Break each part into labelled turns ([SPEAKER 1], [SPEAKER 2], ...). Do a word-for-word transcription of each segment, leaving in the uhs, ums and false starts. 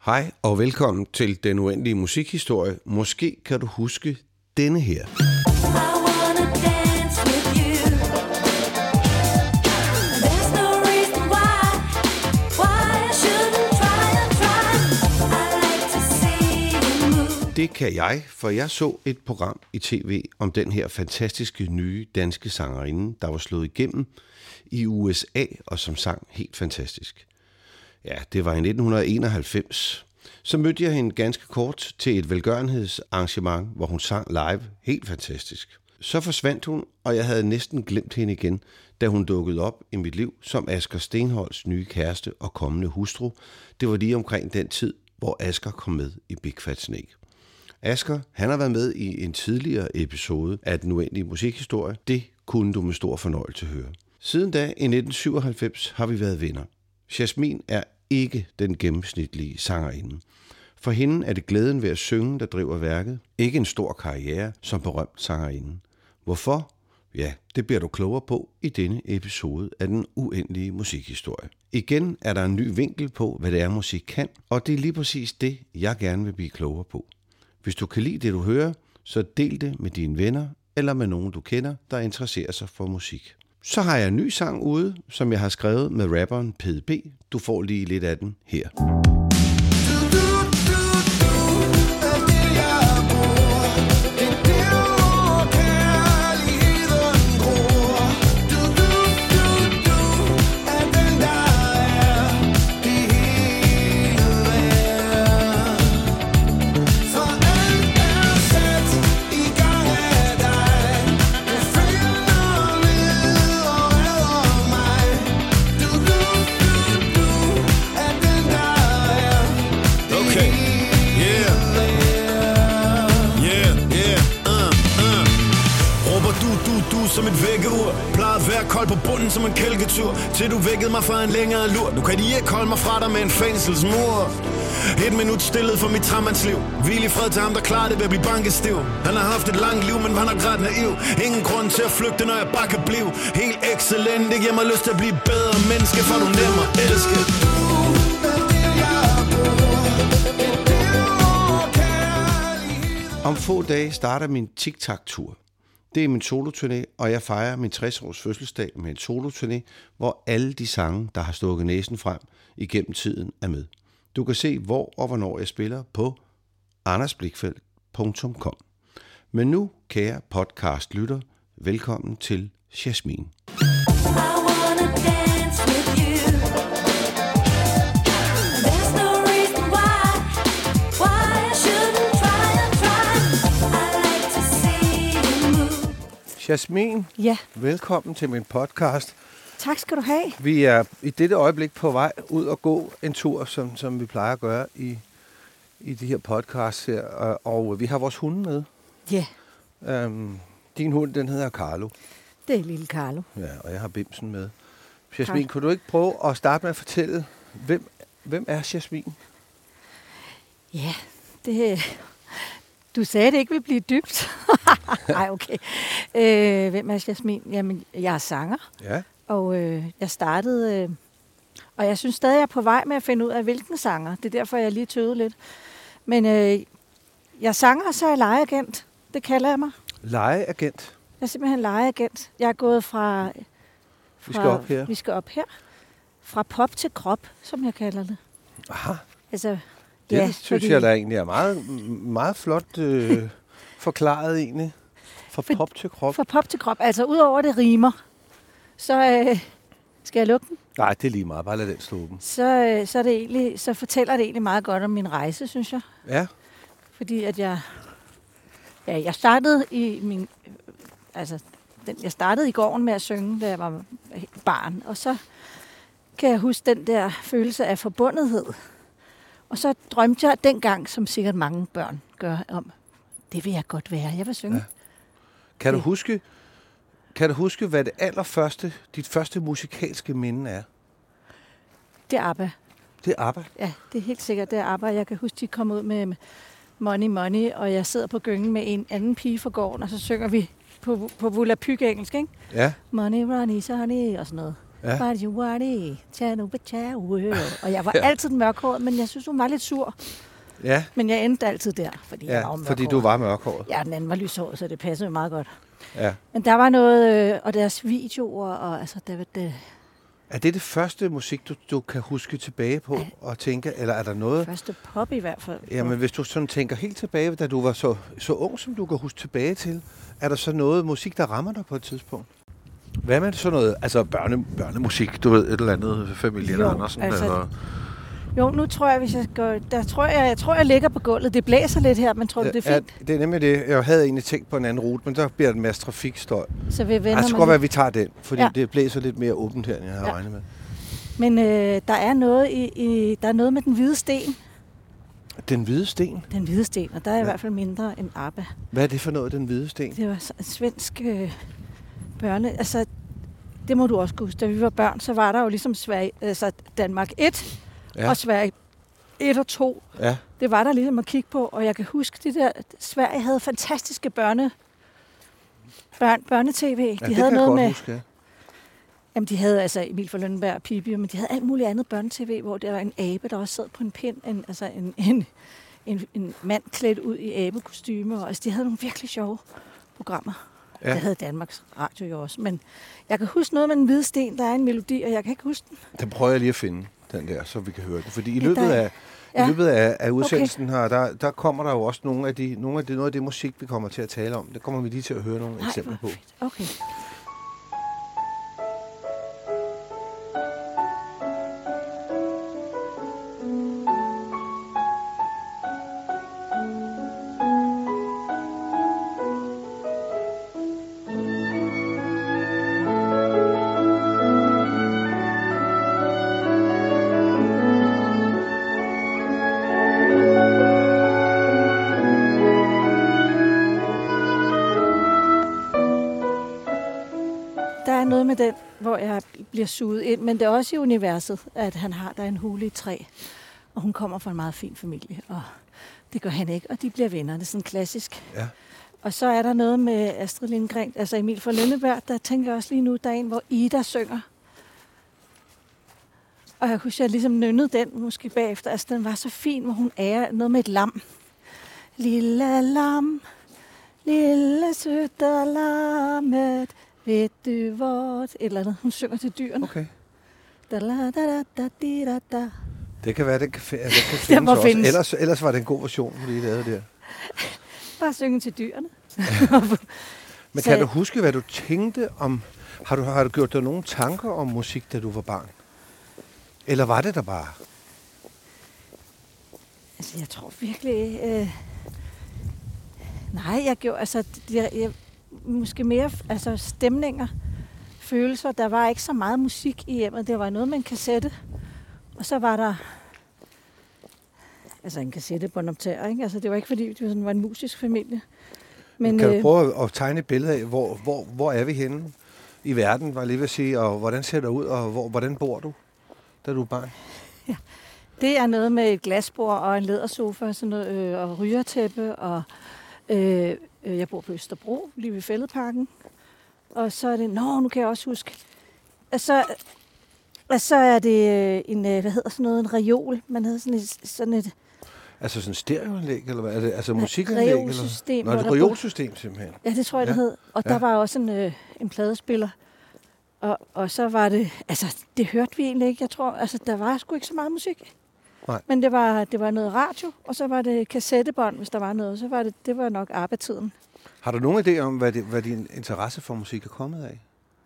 [SPEAKER 1] Hej og velkommen til Den Uendelige Musikhistorie. Måske kan du huske denne her. Det kan jeg, for jeg så et program i tv om den her fantastiske nye danske sangerinde, der var slået igennem i U S A og som sang helt fantastisk. Ja, det var i nitten enoghalvfems. Så mødte jeg hende ganske kort til et velgørenhedsarrangement, hvor hun sang live helt fantastisk. Så forsvandt hun, og jeg havde næsten glemt hende igen, da hun dukkede op i mit liv som Asger Stenholds nye kæreste og kommende hustru. Det var lige omkring den tid, hvor Asger kom med i Big Fat Snake. Asger, han har været med i en tidligere episode af Den Uendelige Musikhistorie. Det kunne du med stor fornøjelse høre. Siden da, i nitten syvoghalvfems, har vi været venner. Jasmin er ikke den gennemsnitlige sangerinde. For hende er det glæden ved at synge, der driver værket. Ikke en stor karriere som berømt sangerinde. Hvorfor? Ja, det bliver du klogere på i denne episode af Den Uendelige Musikhistorie. Igen er der en ny vinkel på, hvad det er, musik kan, og det er lige præcis det, jeg gerne vil blive klogere på. Hvis du kan lide det, du hører, så del det med dine venner eller med nogen, du kender, der interesserer sig for musik. Så har jeg en ny sang ude, som jeg har skrevet med rapperen P D B. Du får lige lidt af den her.
[SPEAKER 2] Som et vækkeur, plejede at være kold på bunden som en kælketur, til du vækkede mig fra en længere lur. Nu kan de ikke holde mig fra dig med en fængselsmur. Et minut stillet for mit tramandsliv. Hvil i fred til ham, der klarer det ved at blive bankestiv. Han har haft et langt liv, men han er ret naiv. Ingen grund til at flygte, når jeg bare kan blive helt excellent. Det giver mig lyst til at blive bedre menneske, for du nemmer elske.
[SPEAKER 1] Om få dage starter min TikTok-tur. Det er min soloturné, og jeg fejrer min tres-års fødselsdag med en soloturné, hvor alle de sange, der har stukket næsen frem igennem tiden, er med. Du kan se, hvor og hvornår jeg spiller på andersblikfeldt punktum com. Men nu, kære podcast-lytter, velkommen til Jasmin. Jasmin,
[SPEAKER 3] ja.
[SPEAKER 1] Velkommen til min podcast.
[SPEAKER 3] Tak skal du have.
[SPEAKER 1] Vi er i dette øjeblik på vej ud og gå en tur, som, som vi plejer at gøre i, i de her podcasts her. Og vi har vores hunde med.
[SPEAKER 3] Ja.
[SPEAKER 1] Øhm, din hund, den hedder Carlo.
[SPEAKER 3] Det er lille Carlo.
[SPEAKER 1] Ja, og jeg har Bimsen med. Jasmin, tak. Kunne du ikke prøve at starte med at fortælle, hvem, hvem er Jasmin?
[SPEAKER 3] Ja, det... Du sagde, det ikke vil blive dybt. Nej, okay. Øh, hvem er Jasmin? Jamen, jeg er sanger.
[SPEAKER 1] Ja.
[SPEAKER 3] Og øh, jeg startede... Øh, og jeg synes stadig, jeg er på vej med at finde ud af, hvilken sanger. Det er derfor, jeg lige tøvede lidt. Men øh, jeg sanger, så er jeg legeagent. Det kalder jeg mig.
[SPEAKER 1] Legeagent?
[SPEAKER 3] Jeg er simpelthen legeagent. Jeg er gået fra... fra
[SPEAKER 1] vi skal op her.
[SPEAKER 3] Vi skal op her. Fra pop til krop, som jeg kalder det.
[SPEAKER 1] Aha.
[SPEAKER 3] Altså...
[SPEAKER 1] Det
[SPEAKER 3] ja,
[SPEAKER 1] synes fordi... jeg da egentlig er meget, meget flot øh, forklaret egentlig. Fra For, pop til krop.
[SPEAKER 3] Fra pop til krop. Altså udover det rimer, så øh, skal jeg lukke den?
[SPEAKER 1] Nej, det er lige meget. Bare lad den stå åben.
[SPEAKER 3] Så, øh, så, er det egentlig, så fortæller det egentlig meget godt om min rejse, synes jeg.
[SPEAKER 1] Ja.
[SPEAKER 3] Fordi at jeg... Ja, jeg startede i min... Øh, altså, den, jeg startede i gården med at synge, da jeg var barn. Og så kan jeg huske den der følelse af forbundethed. Og så drømte jeg dengang, som sikkert mange børn gør, om, det vil jeg godt være. Jeg vil synge. Ja.
[SPEAKER 1] Kan du huske, kan du huske, hvad det allerførste, dit første musikalske minde er?
[SPEAKER 3] Det er ABBA.
[SPEAKER 1] Det er ABBA?
[SPEAKER 3] Ja, det er helt sikkert, det er ABBA. Jeg kan huske, de kom ud med Money Money, og jeg sidder på gyngen med en anden pige fra gården, og så synger vi på, på volapyk engelsk, ikke?
[SPEAKER 1] Ja.
[SPEAKER 3] Money, money, honey, og sådan noget.
[SPEAKER 1] Ja.
[SPEAKER 3] What you want it, og jeg var altid mørkhåret, men jeg synes, hun var lidt sur.
[SPEAKER 1] Ja.
[SPEAKER 3] Men jeg endte altid der, fordi
[SPEAKER 1] ja,
[SPEAKER 3] jeg var mørkhåret.
[SPEAKER 1] fordi du var mørkhåret.
[SPEAKER 3] Ja, den anden var lyshåret, så det passede jo meget godt.
[SPEAKER 1] Ja.
[SPEAKER 3] Men der var noget, øh, og deres videoer, og altså, det, det
[SPEAKER 1] er det det første musik, du, du kan huske tilbage på og tænke, eller er der noget?
[SPEAKER 3] Første pop i hvert fald.
[SPEAKER 1] Jamen, hvis du sådan tænker helt tilbage, da du var så, så ung, som du kan huske tilbage til, er der så noget musik, der rammer dig på et tidspunkt? Hvad med sådan noget, altså børne, børnemusik, du ved, et eller andet familien
[SPEAKER 3] jo,
[SPEAKER 1] Andersen,
[SPEAKER 3] altså, eller? Jo, nu tror jeg, hvis jeg går, der tror jeg, jeg tror, jeg ligger på gulvet. Det blæser lidt her, men tror du, det er fint?
[SPEAKER 1] Ja, det er nemlig det. Jeg havde egentlig tænkt på en anden rute, men der bliver en masse trafikstøj.
[SPEAKER 3] Så vi vender.
[SPEAKER 1] Det skulle godt være, at vi tager den, fordi ja. det blæser lidt mere åbent her, end jeg havde ja. regnet med.
[SPEAKER 3] Men øh, der er noget i, i, der er noget med den hvide sten.
[SPEAKER 1] Den hvide sten?
[SPEAKER 3] Den hvide sten, og der er ja. i hvert fald mindre end ABBA.
[SPEAKER 1] Hvad er det for noget, den hvide sten?
[SPEAKER 3] Det var en svensk øh, børne... Altså, det må du også huske. Da vi var børn, så var der jo ligesom Sverige, altså Danmark et ja. og Sverige et og to.
[SPEAKER 1] Ja. Det
[SPEAKER 3] var der ligesom at kigge på, og jeg kan huske, det der, Sverige havde fantastiske børne, børn, børnetv.
[SPEAKER 1] Ja,
[SPEAKER 3] de
[SPEAKER 1] det
[SPEAKER 3] havde
[SPEAKER 1] kan
[SPEAKER 3] noget
[SPEAKER 1] jeg godt
[SPEAKER 3] med,
[SPEAKER 1] huske, ja.
[SPEAKER 3] Jamen, de havde altså Emil fra Lønneberg og Pippi, men de havde alt muligt andet børnetv, hvor der var en abe, der også sad på en pind, en, altså en, en, en, en mand klædt ud i abekostyme, og altså, de havde nogle virkelig sjove programmer. Ja. Det havde Danmarks Radio jo også, men jeg kan huske noget med den hvide sten, der er en melodi, og jeg kan ikke huske den.
[SPEAKER 1] Den prøver jeg lige at finde, den der, så vi kan høre den, fordi i løbet af Ja. I løbet af, af udsendelsen okay. her, der, der kommer der jo også nogle af, de, nogle af det, noget af det musik, vi kommer til at tale om. Det kommer vi lige til at høre nogle Nej, eksempler på.
[SPEAKER 3] Okay. Noget med den, hvor jeg bliver suget ind, men det er også i universet, at han har der er en hule i træ, og hun kommer fra en meget fin familie, og det gør han ikke, og de bliver venner. Det er sådan klassisk.
[SPEAKER 1] Ja.
[SPEAKER 3] Og så er der noget med Astrid Lindgren, altså Emil fra Lønneberg, der tænker jeg også lige nu, der er en, hvor Ida synger. Og jeg kunne jeg ligesom nynnede den måske bagefter, altså den var så fin, hvor hun ærer noget med et lam. Lille lam, lille søde lammet, ved du hvor? Et eller andet. Hun synger til dyrene.
[SPEAKER 1] Okay.
[SPEAKER 3] Da, da, da, da, da, da.
[SPEAKER 1] Det kan være, det kan, det kan findes også. Findes. Ellers, ellers var det en god version, fordi I lavede der.
[SPEAKER 3] Bare synge til dyrene.
[SPEAKER 1] Men kan du huske, hvad du tænkte om... Har du, har du gjort dig nogle tanker om musik, da du var barn? Eller var det der bare?
[SPEAKER 3] Altså, jeg tror virkelig... Øh... Nej, jeg gjorde... Altså, jeg, jeg... måske mere altså stemninger, følelser. Der var ikke så meget musik i hjemmet. Det var noget med en kassette. Og så var der altså en kassette på en optager, ikke? Altså det var ikke fordi, det var, sådan, var en musisk familie. Men,
[SPEAKER 1] kan du
[SPEAKER 3] øh,
[SPEAKER 1] prøve at tegne et billede af, hvor, hvor, hvor er vi henne i verden, var jeg lige ved at sige, og hvordan ser det ud, og hvor, hvordan bor du, da du er barn?
[SPEAKER 3] Ja, det er noget med et glasbord og en lædersofa, sådan noget, øh, og rygertæppe, og øh, jeg bor på Østerbro, lige ved Fælledparken. Og så er det, nå, nu kan jeg også huske, og så, og så er det en, hvad hedder sådan noget, en reol. Man hedder sådan et, sådan et
[SPEAKER 1] altså sådan et stereoanlæg, eller hvad er det? Altså musikanlæg?
[SPEAKER 3] Reolsystem.
[SPEAKER 1] Nå, et reolsystem simpelthen.
[SPEAKER 3] Ja, det tror jeg, ja. det hed. Og ja. der var også en, øh, en pladespiller. Og, og så var det, altså det hørte vi egentlig ikke, jeg tror, altså der var sgu ikke så meget musik.
[SPEAKER 1] Nej.
[SPEAKER 3] Men det var, det var noget radio, og så var det kassettebånd, hvis der var noget. Så var det, det var nok arbejdstiden.
[SPEAKER 1] Har du nogen idé om, hvad, det, hvad din interesse for musik er kommet af?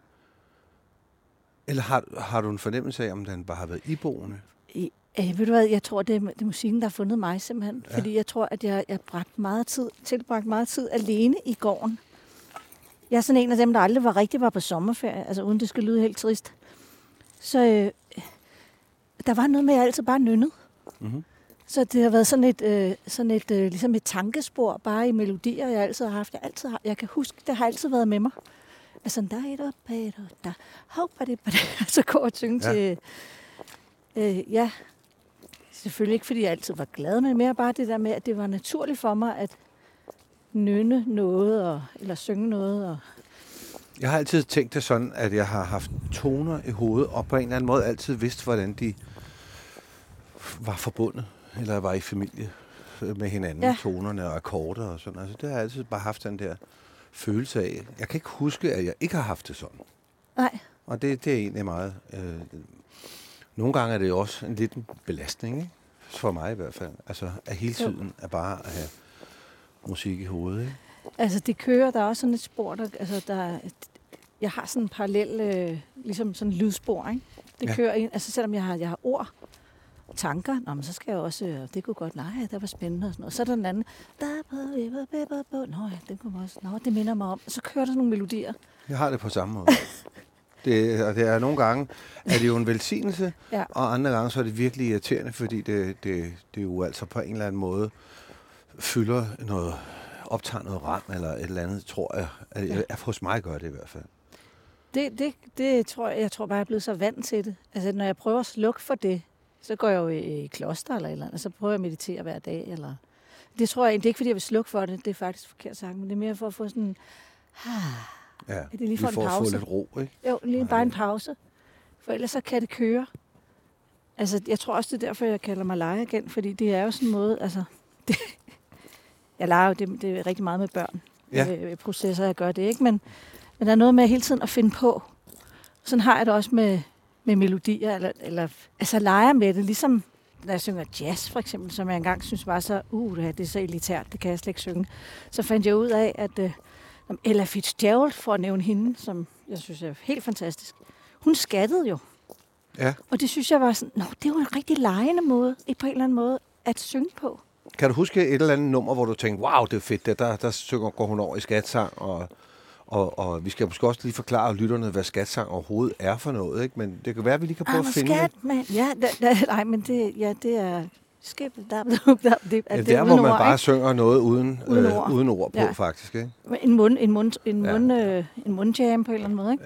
[SPEAKER 1] Eller har, har du en fornemmelse af, om den bare har været iboende?
[SPEAKER 3] I, øh, ved du hvad, jeg tror, det er, det er musikken, der har fundet mig simpelthen. Ja. Fordi jeg tror, at jeg, jeg bragt meget tid, tilbragt meget tid alene i gården. Jeg er sådan en af dem, der aldrig var rigtig var på sommerferie, altså uden det skal lyde helt trist. Så øh, der var noget med, at jeg altid bare nynnede. Mm-hmm. Så det har været sådan et, øh, sådan et øh, ligesom et tankespor, bare i melodier, jeg altid har haft. Jeg, altid har, jeg kan huske, det har altid været med mig. Altså, der er der, der, der, håber det, så går jeg synge ja. til, øh, ja, selvfølgelig ikke, fordi jeg altid var glad, men mere bare det der med, at det var naturligt for mig, at nynne noget, og, eller synge noget, og
[SPEAKER 1] Jeg har altid tænkt det sådan, at jeg har haft toner i hovedet, og på en eller anden måde altid vidst, hvordan de var forbundet, eller var i familie med hinanden, ja. Tonerne og akkorder og sådan. Altså, det har jeg altid bare haft den der følelse af. Jeg kan ikke huske, at jeg ikke har haft det sådan.
[SPEAKER 3] Nej.
[SPEAKER 1] Og det, det er egentlig meget... Øh, nogle gange er det jo også en liten belastning, ikke? For mig i hvert fald. Altså, at hele tiden er bare at have musik i hovedet, ikke?
[SPEAKER 3] Altså, det kører, der er også sådan et spor, der, altså, der, jeg har sådan en parallel, øh, ligesom sådan en lydspor, ikke? Det ja. kører ind, altså selvom jeg har, jeg har ord og tanker, nå, men så skal jeg også, øh, det kunne godt, nej, det var spændende og sådan noget. Så er der den anden, nå ja, det kunne også, nå, det minder mig om, og så kører der sådan nogle melodier. Jeg
[SPEAKER 1] har det på samme måde. Det, og det er nogle gange, er det jo en velsignelse, ja. Og andre gange så er det virkelig irriterende, fordi det, det, det jo altså på en eller anden måde fylder noget, optager noget ram eller et eller andet, tror jeg. At, ja. at hos mig gør det i hvert fald.
[SPEAKER 3] Det, det, det tror jeg, jeg tror bare, jeg er blevet så vant til det. Altså, når jeg prøver at slukke for det, så går jeg jo i, i kloster eller et eller andet, og så prøver jeg at meditere hver dag. Eller... Det tror jeg, det er ikke, fordi jeg vil slukke for det, det er faktisk forkert sagt, men det er mere for at få sådan... Ah,
[SPEAKER 1] ja,
[SPEAKER 3] er det lige for,
[SPEAKER 1] for
[SPEAKER 3] en pause?
[SPEAKER 1] At få lidt ro, ikke?
[SPEAKER 3] Jo, lige bare en pause. For ellers så kan det køre. Altså, jeg tror også, det er derfor, jeg kalder mig legeagent, fordi det er jo sådan en måde, altså... Det, jeg leger jo det, det er rigtig meget med børn.
[SPEAKER 1] Ja.
[SPEAKER 3] Øh, processer, jeg gør det, ikke? Men, men der er noget med hele tiden at finde på. Sådan har jeg det også med, med melodier, eller, eller altså leger med det, ligesom når jeg synger jazz, for eksempel, som jeg engang synes var så, uh, det er så elitært, det kan jeg slet ikke synge. Så fandt jeg ud af, at uh, Ella Fitzgerald, for at nævne hende, som jeg synes er helt fantastisk, hun skattede jo.
[SPEAKER 1] Ja.
[SPEAKER 3] Og det synes jeg var sådan, nå, det var en rigtig legende måde, på en eller anden måde, at synge på.
[SPEAKER 1] Kan du huske et eller andet nummer, hvor du tænkte, wow, det er fedt, der, der, der synger, går hun over i skatsang, og, og, og vi skal måske også lige forklare lytterne, hvad skatsang overhovedet er for noget, ikke? Men det kan være, at vi lige kan prøve
[SPEAKER 3] ah,
[SPEAKER 1] at finde
[SPEAKER 3] skat,
[SPEAKER 1] det.
[SPEAKER 3] Man. Ja, da, da, nej, men det, ja, det er... Skib, der, der, der, det,
[SPEAKER 1] det er
[SPEAKER 3] det
[SPEAKER 1] der, hvor man
[SPEAKER 3] ord,
[SPEAKER 1] bare
[SPEAKER 3] ikke?
[SPEAKER 1] synger noget uden,
[SPEAKER 3] uden
[SPEAKER 1] øh,
[SPEAKER 3] ord,
[SPEAKER 1] uden ord på,
[SPEAKER 3] ja.
[SPEAKER 1] faktisk, ikke?
[SPEAKER 3] En mund, en mund, en
[SPEAKER 1] ja.
[SPEAKER 3] mund, øh, en mundjam på en eller anden måde, ikke?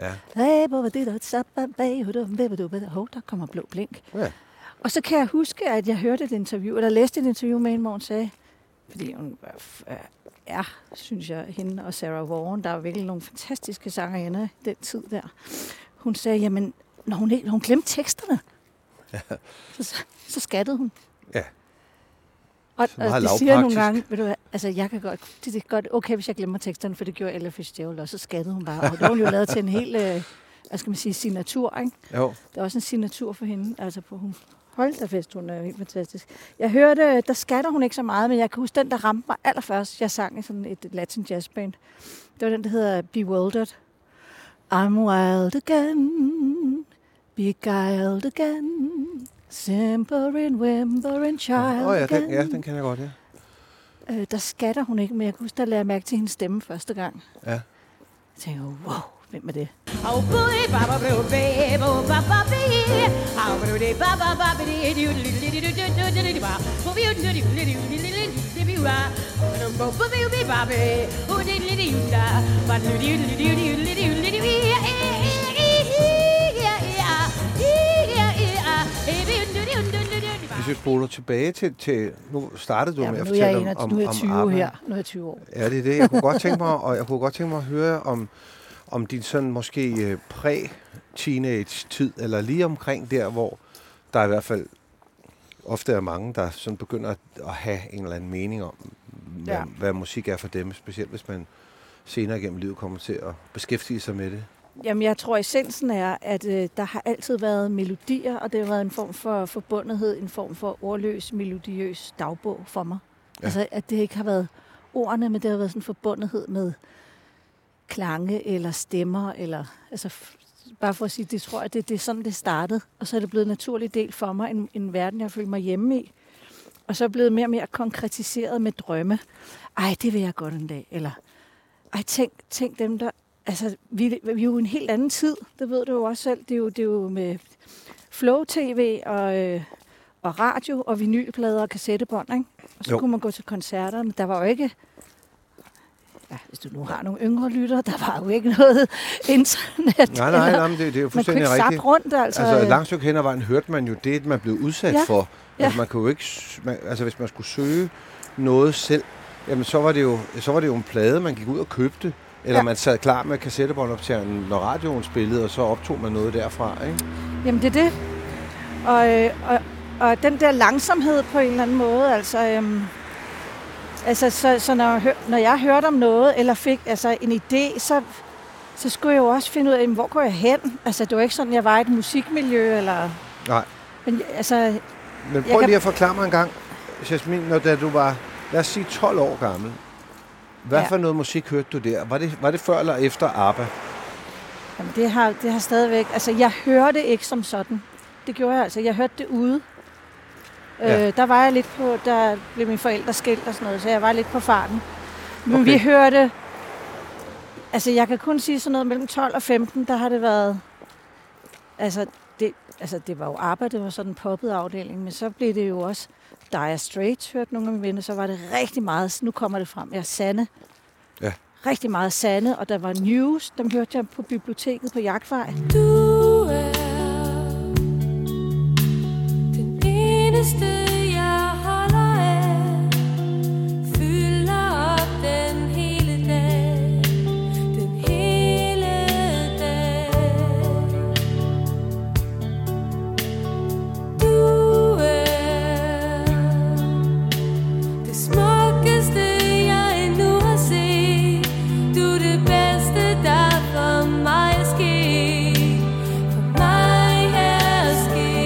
[SPEAKER 1] Ja.
[SPEAKER 3] Hov, der kommer blå blink.
[SPEAKER 1] Ja.
[SPEAKER 3] Og så kan jeg huske, at jeg hørte et interview, eller læste et interview med en, hvor hun sagde, fordi hun er, synes jeg, hende og Sarah Vaughan, der er virkelig nogle fantastiske sangerinder den tid der. Hun sagde, jamen, når hun, når hun glemte teksterne,
[SPEAKER 1] ja.
[SPEAKER 3] så, så skattede hun.
[SPEAKER 1] Ja.
[SPEAKER 3] Og, og det siger nogle gange, ved du hvad, altså jeg kan godt, det er godt okay, hvis jeg glemmer teksterne, for det gjorde Ella Fitzgerald, og så skattede hun bare. Og det var hun jo lavet til en helt, øh, hvad skal man sige, signatur, ikke?
[SPEAKER 1] Jo.
[SPEAKER 3] Der er også en signatur for hende, altså på hun. Hold da fest, hun er helt fantastisk. Jeg hørte, der skatter hun ikke så meget, men jeg kan huske den, der ramte mig allerførst. Jeg sang i sådan et Latin jazzband. Det var den, der hedder Bewildered. I'm wild again, beguiled again, simpering, whimpering child
[SPEAKER 1] Åh oh, ja,
[SPEAKER 3] again.
[SPEAKER 1] den, ja, den kan jeg godt, ja.
[SPEAKER 3] Øh, der skatter hun ikke, men jeg kan huske, der lagde jeg mærke til hendes stemme første gang.
[SPEAKER 1] Ja.
[SPEAKER 3] Jeg tænkte, wow, hvem er det?
[SPEAKER 4] Oh boy, baba blue baby, oh baba baby, how blue de baba baba de do do do do do do do do ba, oh you do do do do do do do do ba, oh bo bo baby baby, oh do do do da, but do do do do do do do do yeah yeah yeah yeah.
[SPEAKER 1] Hvis vi spoler tilbage til, til nu startede du
[SPEAKER 3] ja,
[SPEAKER 1] med at
[SPEAKER 3] fortælle
[SPEAKER 1] om, om,
[SPEAKER 3] nu er jeg tyve
[SPEAKER 1] om
[SPEAKER 3] her, nu er jeg tyve år.
[SPEAKER 1] Ja, det er det. Jeg kunne godt tænke mig, og jeg kunne godt tænke mig at høre om om din sådan måske præ-teenage-tid, eller lige omkring der, hvor der i hvert fald ofte er mange, der sådan begynder at have en eller anden mening om, hvad, ja. hvad musik er for dem, specielt hvis man senere gennem livet kommer til at beskæftige sig med det.
[SPEAKER 3] Jamen, jeg tror, essensen er, at øh, der har altid været melodier, og det har været en form for forbundethed, en form for ordløs, melodiøs dagbog for mig. Ja. Altså, at det ikke har været ordene, men det har været sådan en forbundethed med klange eller stemmer, eller altså bare for at sige, det tror jeg, det, det er sådan, det startede. Og så er det blevet en naturlig del for mig, en, en verden, jeg føler mig hjemme i. Og så er det blevet mere og mere konkretiseret med drømme. Ej, det vil jeg godt en dag. Eller, ej, tænk, tænk dem, der... Altså, vi, vi er jo en helt anden tid, det ved du jo også selv. Det er jo, det er jo med flow-tv og, øh, og radio og vinylplader og kassettebånd, ikke? Og så jo. Kunne man gå til koncerter, men der var jo ikke... Ja, hvis du nu har nogle yngre lyttere, der var jo ikke noget internet.
[SPEAKER 1] Nej, nej, nej, men det, det er jo fuldstændig rigtigt. Man kunne ikke
[SPEAKER 3] rundt, altså.
[SPEAKER 1] Altså, langt stykke hen ad vejen hørte man jo det, man blev udsat ja. for.
[SPEAKER 3] Ja.
[SPEAKER 1] Altså, man kunne jo ikke... Man, altså, hvis man skulle søge noget selv, jamen, så var det jo, så var det jo en plade, man gik ud og købte
[SPEAKER 5] Eller
[SPEAKER 3] Ja.
[SPEAKER 5] man sad klar med kassettebåndoptageren, når radioen spillede, og så optog man noget derfra, ikke?
[SPEAKER 3] Jamen, det er det. Og, øh, og, og den der langsomhed på en eller anden måde, altså... Øhm, altså, så, så når, jeg hør, når jeg hørte om noget, eller fik altså, en idé, så, så skulle jeg jo også finde ud af, hvor går jeg hen? Altså, det var ikke sådan, jeg var i et musikmiljø, eller...
[SPEAKER 5] Nej.
[SPEAKER 3] Men altså...
[SPEAKER 5] Men prøv
[SPEAKER 3] kan-
[SPEAKER 5] lige at forklare mig en gang, Jasmin, når da du var, lad os sige, tolv år gammel. Hvad
[SPEAKER 3] Ja.
[SPEAKER 5] for noget musik hørte du der? Var det, var det før eller efter ABBA?
[SPEAKER 3] Jamen, det har, det har stadigvæk... Altså, jeg hørte ikke som sådan. Det gjorde jeg altså. Jeg hørte det ude.
[SPEAKER 5] Ja.
[SPEAKER 3] Øh, der var jeg lidt på... Der blev mine forældre skilt og sådan noget, så jeg var lidt på farten. Men
[SPEAKER 5] Okay.
[SPEAKER 3] vi hørte... Altså, jeg kan kun sige sådan noget mellem tolv og femten, der har det været... Altså, det, altså, det var jo ABBA, det var sådan en poppet afdeling, men så blev det jo også Dire Straits, hørte nogle af mine venner, så var det rigtig meget... Nu kommer det frem. Ja, Sanne.
[SPEAKER 5] Ja.
[SPEAKER 3] Rigtig meget Sanne, og der var News, dem hørte jeg på biblioteket på Jagtvej.
[SPEAKER 6] Du er den eneste, jeg holder af. Fylder op den hele dag, den hele dag. Du er det smukkeste, jeg endnu har set. Du er det bedste, der for mig er sket. For mig er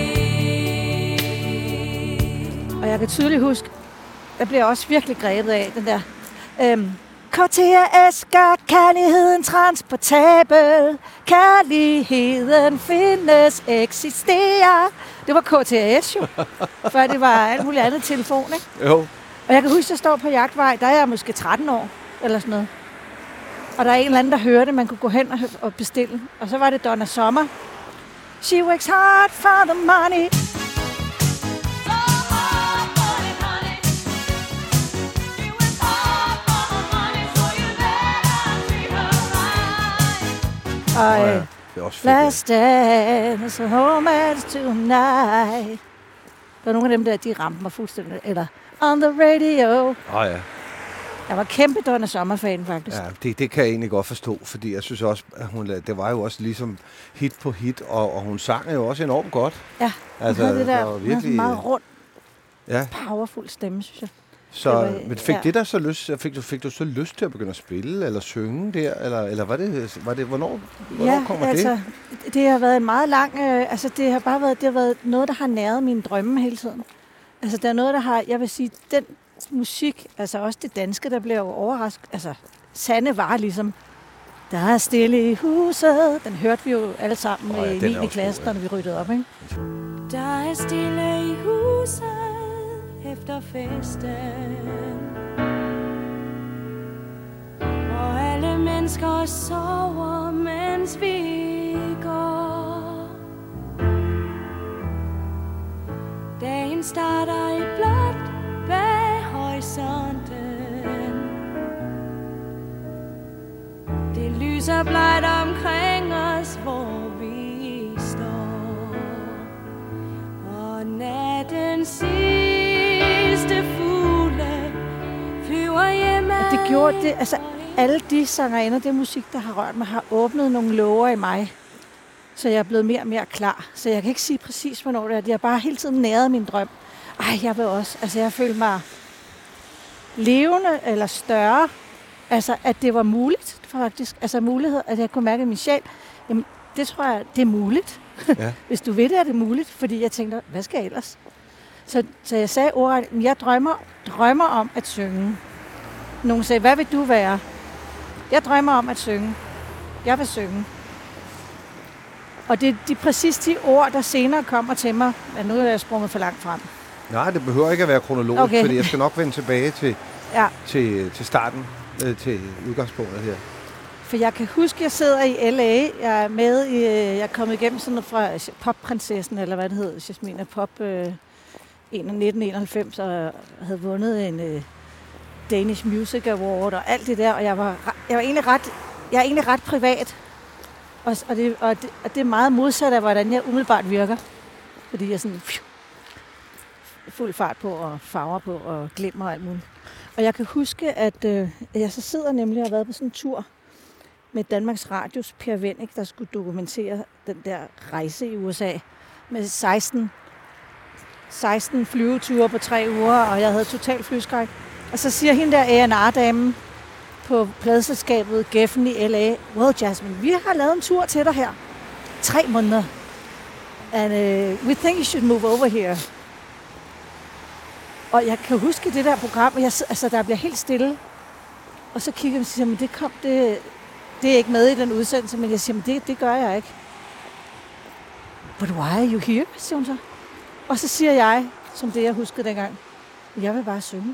[SPEAKER 6] sket.
[SPEAKER 3] Og jeg kan tydeligt huske, jeg bliver også virkelig grebet af den der... Øhm, K T A S gør kærligheden transportabel. Kærligheden findes, eksisterer. Det var K T A S jo, før det var alt muligt andet telefon, ikke?
[SPEAKER 5] Jo.
[SPEAKER 3] Og jeg kan huske, at jeg står på Jagtvej, der er jeg måske tretten år, eller sådan noget. Og der er en eller anden, der hørte, man kunne gå hen og, hø- og bestille. Og så var det Donna Summer. She works hard for the money. Og
[SPEAKER 5] Nå ja,
[SPEAKER 3] øh,
[SPEAKER 5] det er også fedt. Ja.
[SPEAKER 3] last dance, home as tonight. Der var nogle af dem der, de ramte mig fuldstændig. Eller on the radio.
[SPEAKER 5] Åh ja.
[SPEAKER 3] Jeg var kæmpe Donna Summer-fan, faktisk.
[SPEAKER 5] Ja, det, det kan jeg egentlig godt forstå, fordi jeg synes også, at hun, la- det var jo også ligesom hit på hit, og, og hun sang jo også enormt godt.
[SPEAKER 3] Ja, hun
[SPEAKER 5] Altså,
[SPEAKER 3] havde det der,
[SPEAKER 5] der var
[SPEAKER 3] hun havde
[SPEAKER 5] virkelig-
[SPEAKER 3] en meget rund,
[SPEAKER 5] Ja,
[SPEAKER 3] powerful stemme, synes jeg.
[SPEAKER 5] så,
[SPEAKER 3] Det var-
[SPEAKER 5] men fik
[SPEAKER 3] ja.
[SPEAKER 5] det der så lyst, fik du, fik du så lyst til at begynde at spille, eller synge der, eller, eller var det, var det, hvornår, hvornår
[SPEAKER 3] Ja,
[SPEAKER 5] kommer
[SPEAKER 3] altså,
[SPEAKER 5] det?
[SPEAKER 3] det? det har været en meget lang, øh, altså det har bare været, det har været noget, der har næret mine drømme hele tiden. Altså der er noget, der har, jeg vil sige, den musik, altså også det danske, der bliver jo overrasket, altså Sanne var ligesom, der er stille i huset, den hørte vi jo alle sammen
[SPEAKER 5] Åh ja,
[SPEAKER 3] oh,
[SPEAKER 5] den
[SPEAKER 3] ja,
[SPEAKER 5] er
[SPEAKER 3] i niende
[SPEAKER 5] også
[SPEAKER 3] klasse,
[SPEAKER 5] god, ja.
[SPEAKER 3] når vi ryddede op, ikke?
[SPEAKER 6] Der er stille i huset efter festen, og alle mennesker sover, mens vi går. Dagen starter i blåt bag horisonten. Det lyser blegt omkring os, hvor vi står. Og natten sidste fugle flyver hjem.
[SPEAKER 3] Og det gjorde det, altså alle de sangerinder, det musik, der har rørt mig, har åbnet nogle låger i mig. Så jeg er blevet mere og mere klar. Så jeg kan ikke sige præcis, hvornår det er. De har bare hele tiden næret min drøm. Ej, jeg vil også. Altså, jeg følte mig levende eller større. Altså, at det var muligt, faktisk. Altså, mulighed, at jeg kunne mærke i min sjæl. Jamen, det tror jeg, det er muligt.
[SPEAKER 5] Ja.
[SPEAKER 3] Hvis du ved det, er det muligt. Fordi jeg tænkte, hvad skal jeg ellers? Så, så jeg sagde ordret, jeg drømmer, drømmer om at synge. Nogen sagde, hvad vil du være? Jeg drømmer om at synge. Jeg vil synge. Og det er de præcis de ord, der senere kommer til mig. Men nu er jeg sprunget for langt frem.
[SPEAKER 5] Nej, det behøver ikke at være kronologisk,
[SPEAKER 3] Okay.
[SPEAKER 5] fordi jeg skal nok vende tilbage til,
[SPEAKER 3] Ja,
[SPEAKER 5] til, til starten, øh, til udgangspunktet her.
[SPEAKER 3] for jeg kan huske, at jeg sidder i L A. Jeg er med i, jeg er kommet igennem sådan noget fra Popprinsessen, eller hvad det hedder, Jasmina Pop, øh, nitten enoghalvfems, og havde vundet en øh, Danish Music Award og alt det der. Og jeg var, re- jeg var egentlig ret, jeg er egentlig ret privat. Og, og, det, og, det, og det er meget modsat af, hvordan jeg umiddelbart virker. Fordi jeg er sådan phew, fuld fart på, og farver på, og glimmer og alt muligt. Og jeg kan huske, at øh, jeg så sidder nemlig og har været på sådan en tur med Danmarks Radios Per Wennick, der skulle dokumentere den der rejse i U S A med seksten, seksten flyveture på tre uger, og jeg havde total flyskræk. Og så siger hende der A and R-damen på pladeselskabet Geffen i L A, well Jasmine, vi har lavet en tur til dig her. Tre måneder. And uh, we think you should move over here. Og jeg kan huske det der program, og jeg, altså, der bliver helt stille. Og så kigger jeg og siger, men det kom, det, det er ikke med i den udsendelse, men jeg siger, men det, det gør jeg ikke. But why are you here, siger hun så. Og så siger jeg, som det jeg huskede dengang, jeg vil bare synge.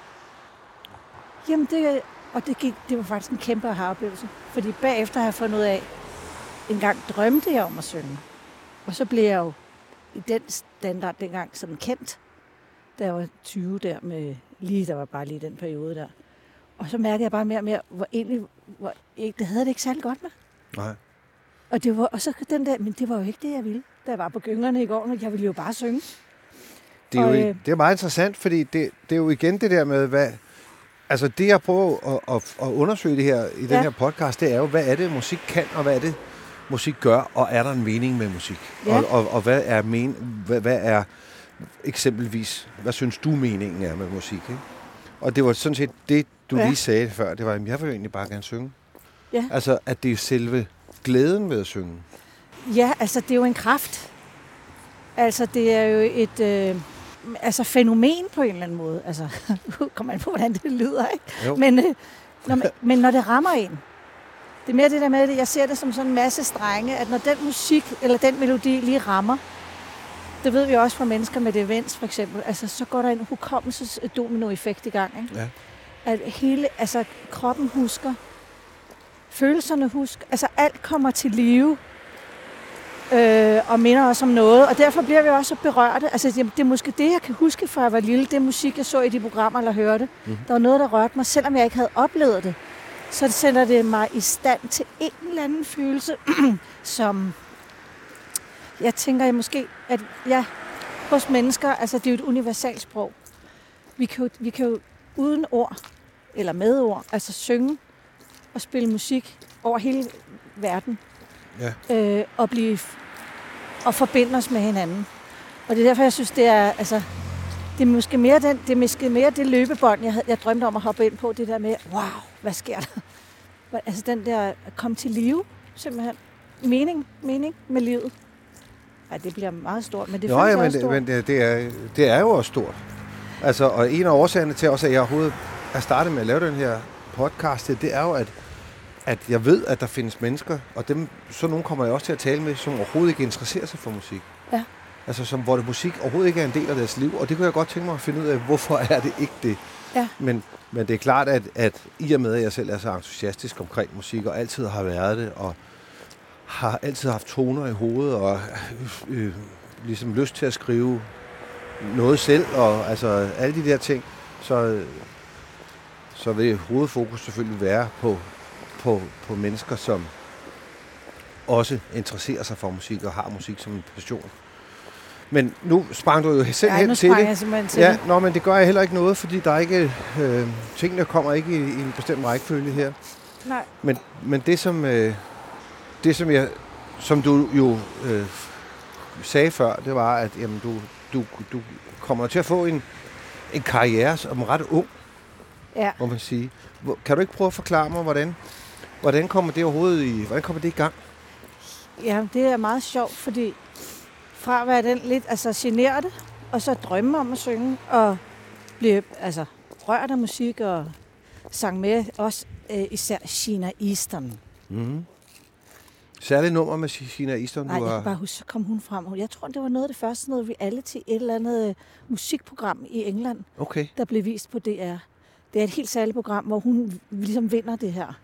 [SPEAKER 3] Jamen det, og det, gik, det var faktisk en kæmpe aha-oplevelse. Fordi bagefter har jeg fundet ud af, en gang drømte jeg om at synge. Og så blev jeg jo i den standard dengang sådan kendt. Da jeg var tyve der med, lige der var bare lige den periode der. Og så mærkede jeg bare mere og mere, hvor egentlig, hvor, det havde det ikke særlig godt med.
[SPEAKER 5] Nej.
[SPEAKER 3] Og, det var, og så den der, men det var jo ikke det, jeg ville. Da jeg var på gyngerne i går, og jeg ville jo bare synge.
[SPEAKER 5] Det er,
[SPEAKER 3] og,
[SPEAKER 5] jo,
[SPEAKER 3] øh,
[SPEAKER 5] det er meget interessant, fordi det, det er jo igen det der med, hvad... Altså det, jeg prøver at, at, at undersøge det her i den
[SPEAKER 3] ja.
[SPEAKER 5] her podcast, det er jo, hvad er det, musik kan, og hvad er det, musik gør, og er der en mening med musik?
[SPEAKER 3] Ja.
[SPEAKER 5] Og, og, og hvad er men, hvad, hvad er eksempelvis, hvad synes du meningen er med musik? Ikke? Og det var sådan set det, du ja. lige sagde før, det var, at jeg vil jo egentlig bare gerne synge.
[SPEAKER 3] Ja.
[SPEAKER 5] Altså, at det er selve glæden ved at synge.
[SPEAKER 3] Ja, altså det er jo en kraft. Altså det er jo et øh, altså fænomen på en eller anden måde. Altså, kommer man på, hvordan det lyder, ikke? Men, øh, når man, men når det rammer en, det er mere det der med, at jeg ser det som sådan en masse strenge, at når den musik eller den melodi lige rammer, det ved vi også fra mennesker med demens for eksempel, altså så går der en hukommelses-domino-effekt i gang, ikke?
[SPEAKER 5] Ja.
[SPEAKER 3] At hele, altså kroppen husker, følelserne husker, altså alt kommer til live, øh, og minder os om noget, og derfor bliver vi også så berørte. Altså det, det er måske det, jeg kan huske fra jeg var lille, det musik, jeg så i de programmer eller hørte. Mm. Der var noget, der rørte mig, selvom jeg ikke havde oplevet det. Så sender det mig i stand til en eller anden følelse, som jeg tænker jeg måske, at ja, hos mennesker, altså det er jo et universelt sprog. Vi kan jo, vi kan jo uden ord, eller med ord, altså synge og spille musik over hele verden.
[SPEAKER 5] Ja.
[SPEAKER 3] Øh, og blive og forbinde os med hinanden. Og det er derfor, jeg synes, det er, altså, det er måske mere, den, det, er måske mere det løbebånd, jeg, havde, jeg drømte om at hoppe ind på, det der med, wow, hvad sker der? Altså den der, at komme til live, simpelthen. Mening, mening med livet. Ej, det bliver meget stort, men det
[SPEAKER 5] Nå,
[SPEAKER 3] føles
[SPEAKER 5] ja, men
[SPEAKER 3] også
[SPEAKER 5] det,
[SPEAKER 3] stort.
[SPEAKER 5] men det, det, er, det er jo også stort. Altså, og en af årsagerne til også, at jeg overhovedet er startet med at lave den her podcast, det er jo, at, at jeg ved, at der findes mennesker, og dem, så nogen kommer jeg også til at tale med, som overhovedet ikke interesserer sig for musik.
[SPEAKER 3] Ja.
[SPEAKER 5] Altså, som, hvor det musik overhovedet ikke er en del af deres liv, og det kunne jeg godt tænke mig at finde ud af, hvorfor er det ikke det?
[SPEAKER 3] Ja.
[SPEAKER 5] Men, men det er klart, at, at i og med, at jeg selv er så entusiastisk omkring musik, og altid har været det, og har altid haft toner i hovedet, og øh, øh, ligesom lyst til at skrive noget selv, og altså alle de der ting, så, så vil hovedfokus selvfølgelig være på, på, på mennesker, som også interesserer sig for musik, og har musik som en passion. Men nu sprang du jo selv
[SPEAKER 3] ja,
[SPEAKER 5] hen
[SPEAKER 3] nu
[SPEAKER 5] til
[SPEAKER 3] sprang
[SPEAKER 5] det.
[SPEAKER 3] Jeg simpelthen til
[SPEAKER 5] ja,
[SPEAKER 3] det.
[SPEAKER 5] Nå, men det gør jeg heller ikke noget, fordi der er ikke, øh, tingene kommer ikke i, i en bestemt rækkefølge her.
[SPEAKER 3] Nej.
[SPEAKER 5] Men, men det, som, øh, det, som, jeg, som du jo øh, sagde før, det var, at jamen, du, du, du kommer til at få en, en karriere som ret ung,
[SPEAKER 3] ja.
[SPEAKER 5] må man sige. Kan du ikke prøve at forklare mig, hvordan, hvordan kommer det overhovedet i, hvordan kommer det i gang?
[SPEAKER 3] Ja, det er meget sjovt, fordi fra at være den lidt altså generede, og så drømme om at synge, og blive altså, rørt af musik, og sang med også øh, især Sheena Easton.
[SPEAKER 5] Mm-hmm. Særligt nummer med Sheena Easton,
[SPEAKER 3] Nej,
[SPEAKER 5] du
[SPEAKER 3] jeg
[SPEAKER 5] har...
[SPEAKER 3] kan bare huske, så kom hun frem. Jeg tror, det var noget af det første, noget reality, et eller andet øh, musikprogram i England,
[SPEAKER 5] okay.
[SPEAKER 3] der blev vist på D R. Det er et helt særligt program, hvor hun ligesom vinder det her.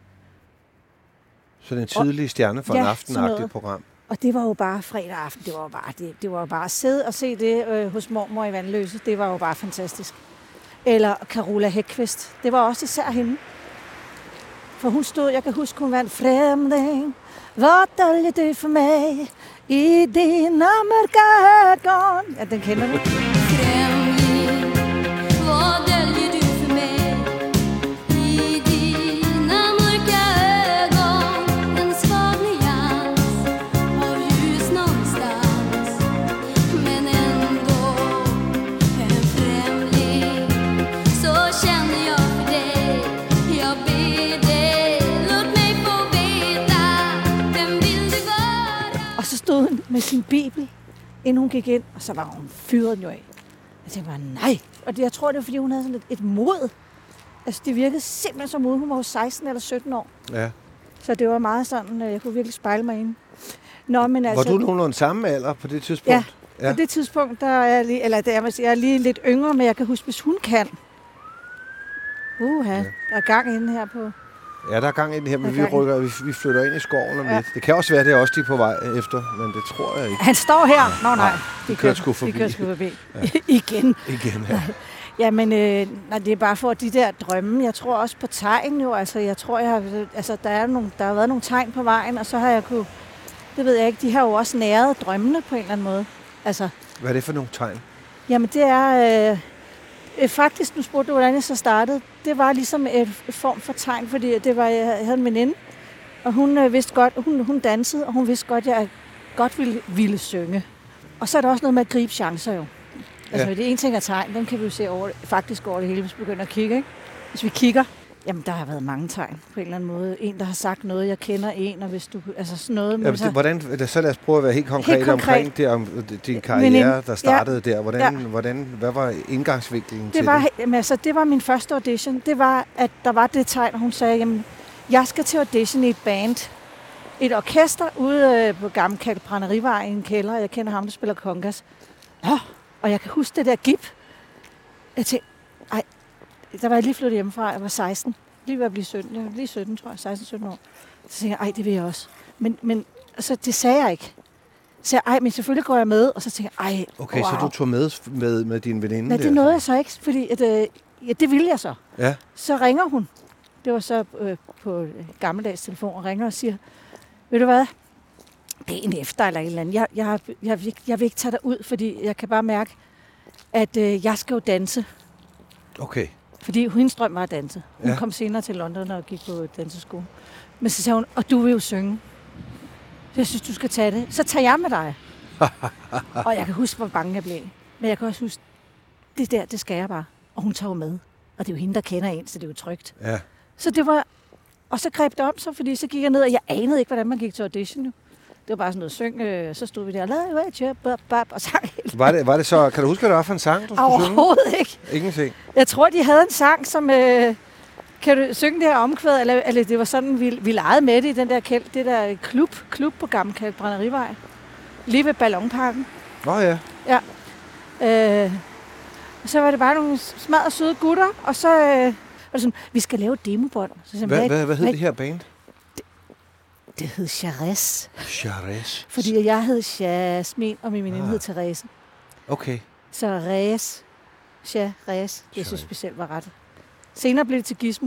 [SPEAKER 5] Så den tidlige stjerne for
[SPEAKER 3] ja,
[SPEAKER 5] en aftenagtigt program.
[SPEAKER 3] Og det var jo bare fredag aften. Det var jo bare, det, det var jo bare at sidde og se det øh, hos mormor i Vandløse. Det var jo bare fantastisk. Eller Carola Hækvist. Det var også især hende. For hun stod, jeg kan huske, hun vandt Fremding. Hvad dælger det for mig i dine mørke øjne? Ja, den kender du.
[SPEAKER 6] Fremding, hvad dælger du for mig i dine mørke øjne?
[SPEAKER 3] med sin bibel, inden hun gik ind, og så var hun fyret den jo af. Jeg tænkte bare, nej. Og det, jeg tror, det er, fordi hun havde sådan et, et mod. Altså, det virkede simpelthen som mod. Hun var jo seksten eller sytten år.
[SPEAKER 5] Ja.
[SPEAKER 3] Så det var meget sådan, jeg kunne virkelig spejle mig inde. Nå, men altså...
[SPEAKER 5] Var du nogenlunde samme alder på det tidspunkt?
[SPEAKER 3] Ja, ja. På det tidspunkt, der er jeg lige, eller der, jeg, jeg er lige lidt yngre, men jeg kan huske, hvis hun kan. Uha, ja. Der er gang inde her på...
[SPEAKER 5] Ja, der er gang i den her, men vi,
[SPEAKER 3] gang
[SPEAKER 5] rykker, vi, vi flytter ind i skoven om
[SPEAKER 3] Ja.
[SPEAKER 5] lidt. Det kan også være, det er også de er på vej efter, men det tror jeg ikke.
[SPEAKER 3] Han står her. Nå nej,
[SPEAKER 5] de kører sgu forbi.
[SPEAKER 3] De kører sgu forbi. Ja. Igen.
[SPEAKER 5] Igen, ja.
[SPEAKER 3] Jamen, øh, nej, det er bare for de der drømme. Jeg tror også på tegn jo. Altså, jeg tror, jeg har, altså, der, er nogle, der har været nogle tegn på vejen, og så har jeg kunne... Det ved jeg ikke. De har jo også næret drømmene på en eller anden måde. Altså,
[SPEAKER 5] Hvad er det for nogle tegn?
[SPEAKER 3] jamen, det er... Øh, øh, faktisk, nu spurgte du, hvordan jeg så startede. Det var ligesom et, et form for tegn, fordi det var, jeg havde en veninde, og hun øh, vidste godt, hun, hun dansede, og hun vidste godt, at jeg godt ville, ville synge. Og så er der også noget med at gribe chancer jo. Altså,
[SPEAKER 5] Ja.
[SPEAKER 3] det ene ting er tegn, dem kan vi jo se over, faktisk over det hele, hvis vi begynder at kigge, ikke? Hvis vi kigger, jamen, der har været mange tegn på en eller anden måde. En, der har sagt noget, jeg kender en, og hvis du... Altså sådan noget...
[SPEAKER 5] Ja,
[SPEAKER 3] så,
[SPEAKER 5] det, hvordan, så lad os prøve at være helt konkret,
[SPEAKER 3] Helt konkret.
[SPEAKER 5] omkring det, om din karriere, der startede ja. der. Hvordan,
[SPEAKER 3] Ja.
[SPEAKER 5] hvordan, hvad var indgangsvinklen til
[SPEAKER 3] det, var,
[SPEAKER 5] det?
[SPEAKER 3] jamen, altså, det var min første audition. Det var, at der var det tegn, og hun sagde, jamen, jeg skal til audition i et band. Et orkester ude øh, på Gammel Brænderivaj i en kælder. Jeg kender ham, der spiller kongas. Nå, og jeg kan huske det der gip. Jeg tænkte, ej, der var jeg lige flyttet hjemmefra. Jeg var seksten. Lige ved at blive sytten. Jeg var lige sytten, tror jeg. seksten sytten år. Så tænkte jeg, ej, det vil jeg også. Men, men altså, det sagde jeg ikke. Så jeg, ej, men selvfølgelig går jeg med. Og så tænkte jeg, ej,
[SPEAKER 5] Okay,
[SPEAKER 3] wow.
[SPEAKER 5] så du tog med med, med din veninde
[SPEAKER 3] Nej,
[SPEAKER 5] der?
[SPEAKER 3] det nåede jeg så ikke, fordi at, øh, ja, det ville jeg så.
[SPEAKER 5] Ja.
[SPEAKER 3] Så ringer hun. Det var så øh, på gammeldags telefon, og ringer og siger, ved du hvad, dagen efter eller et eller andet, jeg, jeg, jeg, jeg, jeg vil ikke tage dig ud, fordi jeg kan bare mærke, at øh, jeg skal jo danse.
[SPEAKER 5] Okay.
[SPEAKER 3] Fordi hendes drøm var at danse. Hun
[SPEAKER 5] Ja.
[SPEAKER 3] kom senere til London og gik på danseskole. Men så sagde hun, og du vil jo synge. Så jeg synes, du skal tage det. Så tager jeg med dig. Og jeg kan huske, hvor bange jeg blev. Men jeg kan også huske, det der, det skal jeg bare. Og hun tager jo med. Og det er jo hende, der kender en, så det er jo trygt.
[SPEAKER 5] Ja.
[SPEAKER 3] Så det var... Og så greb det om sig, fordi så gik jeg ned, og jeg anede ikke, hvordan man gik til audition. Jo. Det var bare sådan noget syng, øh, så stod vi der, lad mig tjep, bap, bap, og sang helt.
[SPEAKER 5] Var det, var det så... Kan du huske, hvad det var for en sang, du skulle synge?
[SPEAKER 3] Overhovedet ikke.
[SPEAKER 5] Ingenting.
[SPEAKER 3] Jeg tror, de havde en sang, som... Øh, kan du synge det her omkvæd? Eller, eller det var sådan, vi, vi legede med det i den der kæld, det der klub, klub på Gammel Brænderivaj. Lige ved Ballonparken.
[SPEAKER 5] Nå ja.
[SPEAKER 3] Ja. Øh, og så var det bare nogle smadre søde gutter, og så øh, var det sådan, vi skal lave et demobånd. Så sagde,
[SPEAKER 5] Hvad, hvad, hvad hed det her band?
[SPEAKER 3] Det hed Charez.
[SPEAKER 5] Charez.
[SPEAKER 3] Fordi jeg hed Jasmin, og min veninde
[SPEAKER 5] Ah.
[SPEAKER 3] hed Therese.
[SPEAKER 5] Okay.
[SPEAKER 3] Så Rez. Charez. Det synes specielt var ret. Senere blev det til Gizmo.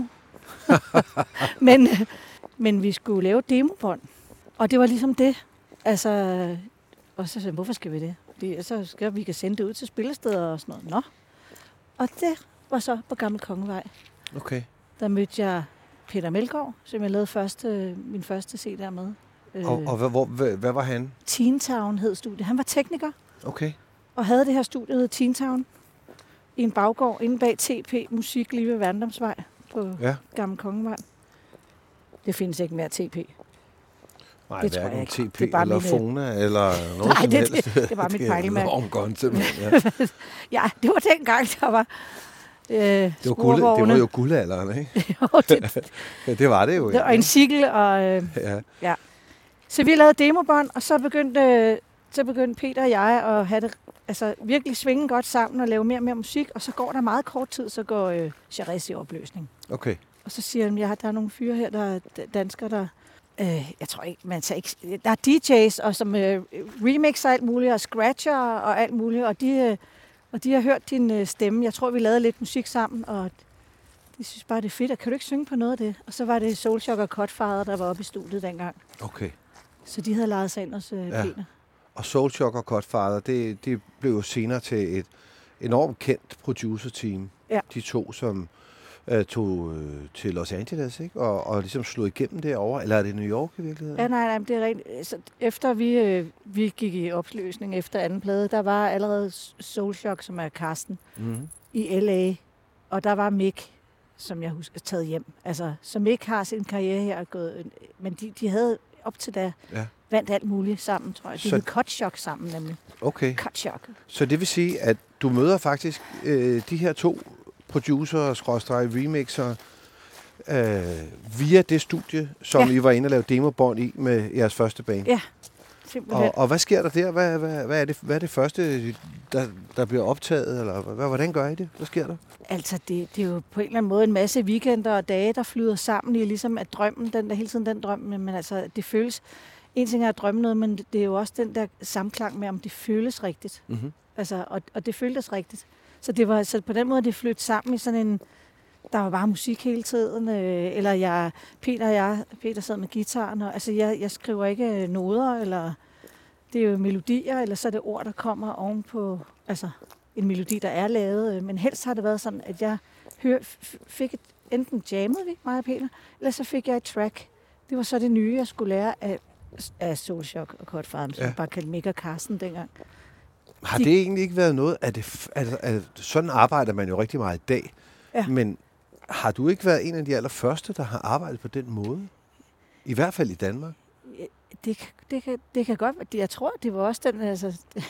[SPEAKER 3] men, øh, men vi skulle lave et demobånd. Og det var ligesom det. Altså, og så sagde jeg, hvorfor skal vi det? Fordi så skal vi kan sende det ud til spillesteder og sådan noget. Nå. Og det var så på Gammel Kongevej.
[SPEAKER 5] Okay.
[SPEAKER 3] Der mødte jeg Peter Melgaard, som jeg lavede første, min første C der med.
[SPEAKER 5] Og, og hvad, hvor, hvad, hvad var han?
[SPEAKER 3] Teen Town hed studiet. Han var tekniker
[SPEAKER 5] Okay.
[SPEAKER 3] og havde det her studie, der hed Teen Town, i en baggård inde bag T P Musik lige ved Vandamsvej på
[SPEAKER 5] Ja.
[SPEAKER 3] Gammel Kongevej. Det findes ikke mere T P.
[SPEAKER 5] Nej,
[SPEAKER 3] Det tror jeg
[SPEAKER 5] hverken
[SPEAKER 3] ikke.
[SPEAKER 5] T P
[SPEAKER 3] Det er bare
[SPEAKER 5] eller
[SPEAKER 3] mine-
[SPEAKER 5] Fona eller noget
[SPEAKER 3] Nej,
[SPEAKER 5] som
[SPEAKER 3] det-
[SPEAKER 5] helst.
[SPEAKER 3] det- det var mit pejlemærke.
[SPEAKER 5] Om godt, simpelthen. Ja.
[SPEAKER 3] Ja, det var dengang, der var øh,
[SPEAKER 5] Det, var guld, det var jo guldalderen, ikke?
[SPEAKER 3] jo det,
[SPEAKER 5] Ja, det var det jo.
[SPEAKER 3] det, og en cykel. Og, øh,
[SPEAKER 5] Ja.
[SPEAKER 3] så vi lavede demobånd, og så begyndte, øh, så begyndte Peter og jeg at have det, altså, virkelig svinge godt sammen og lave mere og mere musik. Og så går der meget kort tid, så går øh, Charez i opløsning.
[SPEAKER 5] Okay.
[SPEAKER 3] Og så siger han, ja, der er nogle fyre her, der er d- danskere, der... Øh, jeg tror ikke, man tager ikke... Der er D J's, og som øh, remixer alt muligt, og scratcher og alt muligt, og de, øh, og de har hørt din øh, stemme. Jeg tror, vi lavede lidt musik sammen, og de synes bare, det er fedt. Og kan du ikke synge på noget af det? Og så var det Soulshock og Cutfather, der var oppe i studiet dengang.
[SPEAKER 5] Okay.
[SPEAKER 3] Så de havde lejet sig ind hos øh,
[SPEAKER 5] Ja.
[SPEAKER 3] Peter.
[SPEAKER 5] Og Soulshock og Cutfather, det, det blev jo senere til et enormt kendt producer-team.
[SPEAKER 3] Ja.
[SPEAKER 5] De to, som øh, tog øh, til Los Angeles, ikke? Og, og ligesom slog igennem derovre. Eller er det New York i virkeligheden?
[SPEAKER 3] Ja, nej, nej, det er rent. Så efter vi, øh, vi gik i opløsning efter anden plade, der var allerede Soulshock, som er Karsten,
[SPEAKER 5] Mm-hmm.
[SPEAKER 3] i L A, og der var Mick, som jeg husker, taget hjem. Altså, så Mick har sin karriere her gået, men de, de havde op til da
[SPEAKER 5] Ja.
[SPEAKER 3] vandt alt muligt sammen, tror jeg. De
[SPEAKER 5] Så-
[SPEAKER 3] hed Cut Shock sammen, nemlig.
[SPEAKER 5] Okay.
[SPEAKER 3] Cut Shock.
[SPEAKER 5] Så det vil sige, at du møder faktisk øh, de her to producer, skråstreg, remixer, øh, via det studie, som
[SPEAKER 3] Ja.
[SPEAKER 5] I var inde og lave demobånd i med jeres første band.
[SPEAKER 3] Ja, simpelthen.
[SPEAKER 5] Og, og hvad sker der der? Hvad, hvad, hvad, er, det, hvad er det første, der, der bliver optaget? Eller hvad, hvordan gør I det? Hvad sker der?
[SPEAKER 3] Altså, det, det er jo på en eller anden måde en masse weekender og dage, der flyder sammen i ligesom at drømmen, den der hele tiden den drøm, men altså, det føles, en ting er at drømme noget, men det er jo også den der samklang med, om det føles rigtigt.
[SPEAKER 5] Mm-hmm.
[SPEAKER 3] Altså, og, og det føltes rigtigt. Så det var så på den måde, det flyttede sammen i sådan en, der var bare musik hele tiden, øh, eller jeg, Peter og jeg, Peter sad med guitaren, og altså, jeg, jeg skriver ikke noder, eller det er jo melodier, eller så er det ord, der kommer ovenpå, altså en melodi, der er lavet, øh, men helst har det været sådan, at jeg hør, f- fik et, enten jammede vi, mig og Peter, eller så fik jeg et track. Det var så det nye, jeg skulle lære af, af Soulshock og Cut Farm, som
[SPEAKER 5] Ja.
[SPEAKER 3] ja. bare kaldte Mick og Carsten dengang.
[SPEAKER 5] Har
[SPEAKER 3] De-
[SPEAKER 5] det egentlig ikke været noget, at, det, f- at, at sådan arbejder man jo rigtig meget i dag,
[SPEAKER 3] Ja.
[SPEAKER 5] men har du ikke været en af de allerførste, der har arbejdet på den måde? I hvert fald i Danmark.
[SPEAKER 3] Det, kan- det, kan, det kan godt være. Jeg tror, det var også den, altså,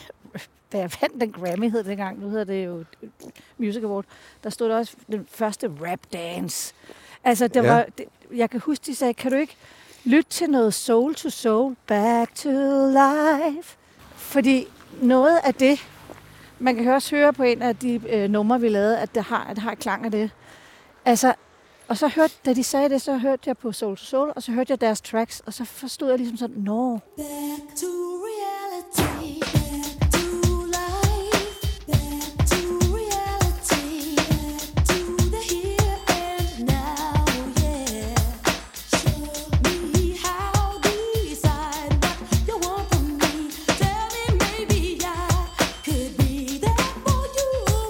[SPEAKER 3] da jeg vandt den Grammy, hed det dengang, nu hedder det jo Music Award, der stod der også den første rap dance. Altså, der
[SPEAKER 5] Ja.
[SPEAKER 3] ja. var, det, jeg kan huske, de sagde, kan du ikke lytte til noget soul to soul, back to life? Fordi noget af det, man kan også høre på en af de øh, numre, vi lavede, at det har, at det har klang af det. Altså, og så hørte, da de sagde det, så hørte jeg på Soul to Soul, og så hørte jeg deres tracks, og så forstod jeg ligesom sådan, nå,
[SPEAKER 6] Back to reality, back to life, back to reality, back to the here and now, yeah. Show me how, decide what you want from me. Tell me maybe I could be there for you.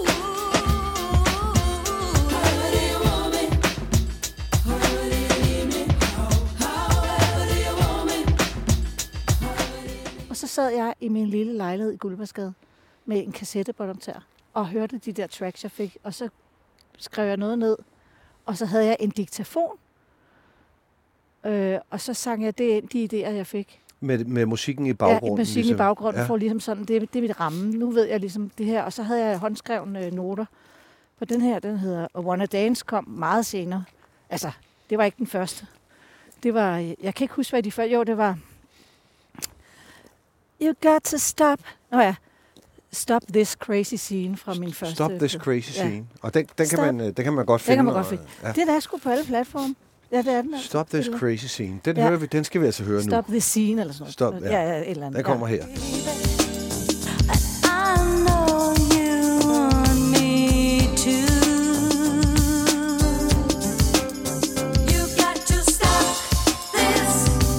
[SPEAKER 6] However do you want me? However do you need me? However do you want me?
[SPEAKER 3] og så sad jeg i min lille lejlighed i Guldbergsgade med en kassettebåndoptager og hørte de der tracks, jeg fik, og så skrev jeg noget ned, og så havde jeg en diktafon, øh, og så sang jeg det ind, de idéer, jeg fik.
[SPEAKER 5] Med, med musikken i baggrunden.
[SPEAKER 3] Ja, med musikken
[SPEAKER 5] ligesom.
[SPEAKER 3] i baggrunden,
[SPEAKER 5] Ja.
[SPEAKER 3] for ligesom sådan, det, det er mit ramme. Nu ved jeg ligesom det her, og så havde jeg håndskrevne øh, noter. På den her, den hedder A Wanna Dance, kom meget senere. Altså, det var ikke den første. Det var, jeg kan ikke huske, hvad de før, jo, det var You got to stop, nå ja, Stop This Crazy Scene fra min første.
[SPEAKER 5] Stop this crazy
[SPEAKER 3] Ja.
[SPEAKER 5] scene. Og den, den, kan
[SPEAKER 3] Stop.
[SPEAKER 5] man, øh, den kan man godt
[SPEAKER 3] Den
[SPEAKER 5] finde.
[SPEAKER 3] kan man godt
[SPEAKER 5] og-
[SPEAKER 3] finde.
[SPEAKER 5] Ja.
[SPEAKER 3] Det er der sgu på alle platforme. Ja, det er den. altså.
[SPEAKER 5] Stop this
[SPEAKER 3] Eller-
[SPEAKER 5] crazy scene. Den,
[SPEAKER 3] Ja.
[SPEAKER 5] hører vi, den skal vi altså høre
[SPEAKER 3] Stop
[SPEAKER 5] nu.
[SPEAKER 3] This Scene, eller sådan noget.
[SPEAKER 5] Stop, ja.
[SPEAKER 3] ja, ja, et eller andet.
[SPEAKER 5] Den kommer her.
[SPEAKER 6] I know you want me to. You got to stop this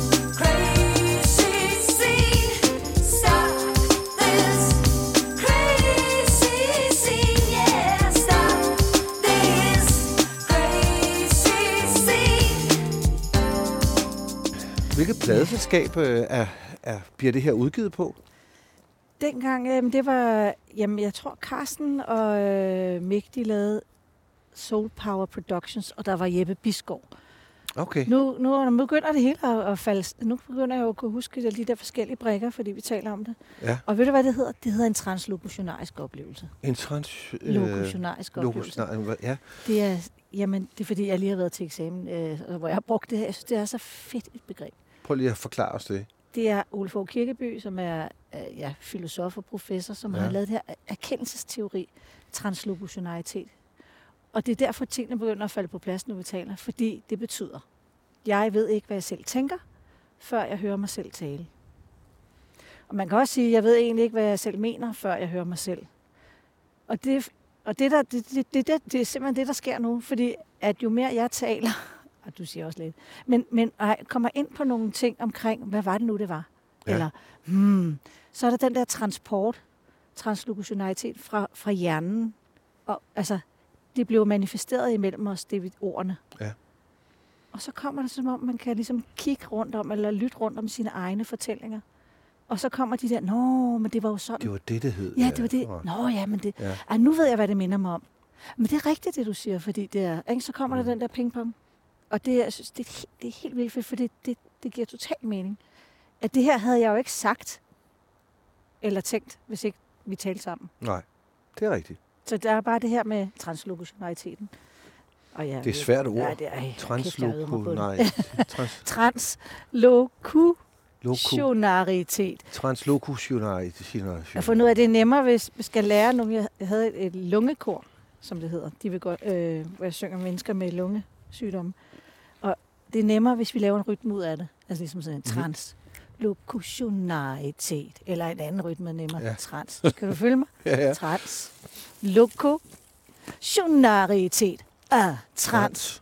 [SPEAKER 6] crazy scene. Stop this crazy scene. Yeah, stop this crazy scene.
[SPEAKER 5] Hvilket pladeselskab øh, er, er, bliver det her udgivet på?
[SPEAKER 3] Dengang, øh, det var, jamen jeg tror Carsten og øh, Mick, de lavede Soul Power Productions, og der var Jeppe Bisgaard.
[SPEAKER 5] Okay.
[SPEAKER 3] Nu, nu, nu begynder det hele at, at falde, nu begynder jeg jo at kunne huske alle de der forskellige brikker, fordi vi taler om det.
[SPEAKER 5] Ja.
[SPEAKER 3] Og ved du hvad det hedder? Det hedder en translokutionarisk oplevelse.
[SPEAKER 5] En trans... Øh,
[SPEAKER 3] Lokutionarisk oplevelse.
[SPEAKER 5] lokution- ja.
[SPEAKER 3] Det er, jamen, det er fordi, jeg lige har været til eksamen, øh, hvor jeg har brugt det her. Jeg synes, det er så fedt et begreb.
[SPEAKER 5] Prøv lige at forklare os det.
[SPEAKER 3] Det er Ole Fogh Kirkeby, som er øh, ja, filosof og professor, som
[SPEAKER 5] Ja.
[SPEAKER 3] ja. har lavet det her erkendelsesteori, translokutionalitet. Og det er derfor, at tingene begynder at falde på plads, når vi taler, fordi det betyder, jeg ved ikke, hvad jeg selv tænker, før jeg hører mig selv tale. Og man kan også sige, at jeg ved egentlig ikke, hvad jeg selv mener, før jeg hører mig selv. Og det, og det, der, det, det, det, det, det er simpelthen det, der sker nu, fordi at jo mere jeg taler, og du siger også lidt, men, men jeg kommer ind på nogle ting omkring, hvad var det nu, det var?
[SPEAKER 5] Ja.
[SPEAKER 3] Ja. Eller, hmm, så er der den der transport, translokutionalitet fra, fra hjernen. Og altså, det blev manifesteret imellem os, det ved ordene.
[SPEAKER 5] Ja.
[SPEAKER 3] Og så kommer det som om, man kan ligesom kigge rundt om, eller lytte rundt om sine egne fortællinger. Og så kommer de der, nå, men det var jo sådan.
[SPEAKER 5] Det var det, det hed.
[SPEAKER 3] Ja, det var det.
[SPEAKER 5] Nå.
[SPEAKER 3] Nå ja, men det...
[SPEAKER 5] Ja.
[SPEAKER 3] Ej, nu ved jeg, hvad det minder mig om. Men det er rigtigt, det du siger, fordi det er... Ikke? Så kommer
[SPEAKER 5] Mm.
[SPEAKER 3] der den der pingpong. Og det, er, jeg synes, det, er, he- det er helt vildt fedt, fordi det, det giver total mening. At det her havde jeg jo ikke sagt eller tænkt, hvis ikke vi talte sammen.
[SPEAKER 5] Nej, det er rigtigt.
[SPEAKER 3] Så der er bare det her med translokutionaliteten. Og jeg
[SPEAKER 5] Det er svært ord.
[SPEAKER 3] Ja, det er, ej, kæft, jeg øvede mig på det.
[SPEAKER 5] Nej, trans,
[SPEAKER 3] Translokutionalitet.
[SPEAKER 5] translokutionalitet.
[SPEAKER 3] Jeg har fundet ud af, at det er nemmere, hvis vi skal lære nogle. Jeg havde et, et lungekor, som det hedder. De vil godt, øh, hvor jeg synger mennesker med lungesygdomme. Og det er nemmere, hvis vi laver en rytme ud af det. Altså ligesom sådan en translokutionalitet. Eller en anden rytme nemmere.
[SPEAKER 5] Ja.
[SPEAKER 3] Trans. Kan du følge mig?
[SPEAKER 5] Ja, ja.
[SPEAKER 3] Translokutionalitet. Ah, trans.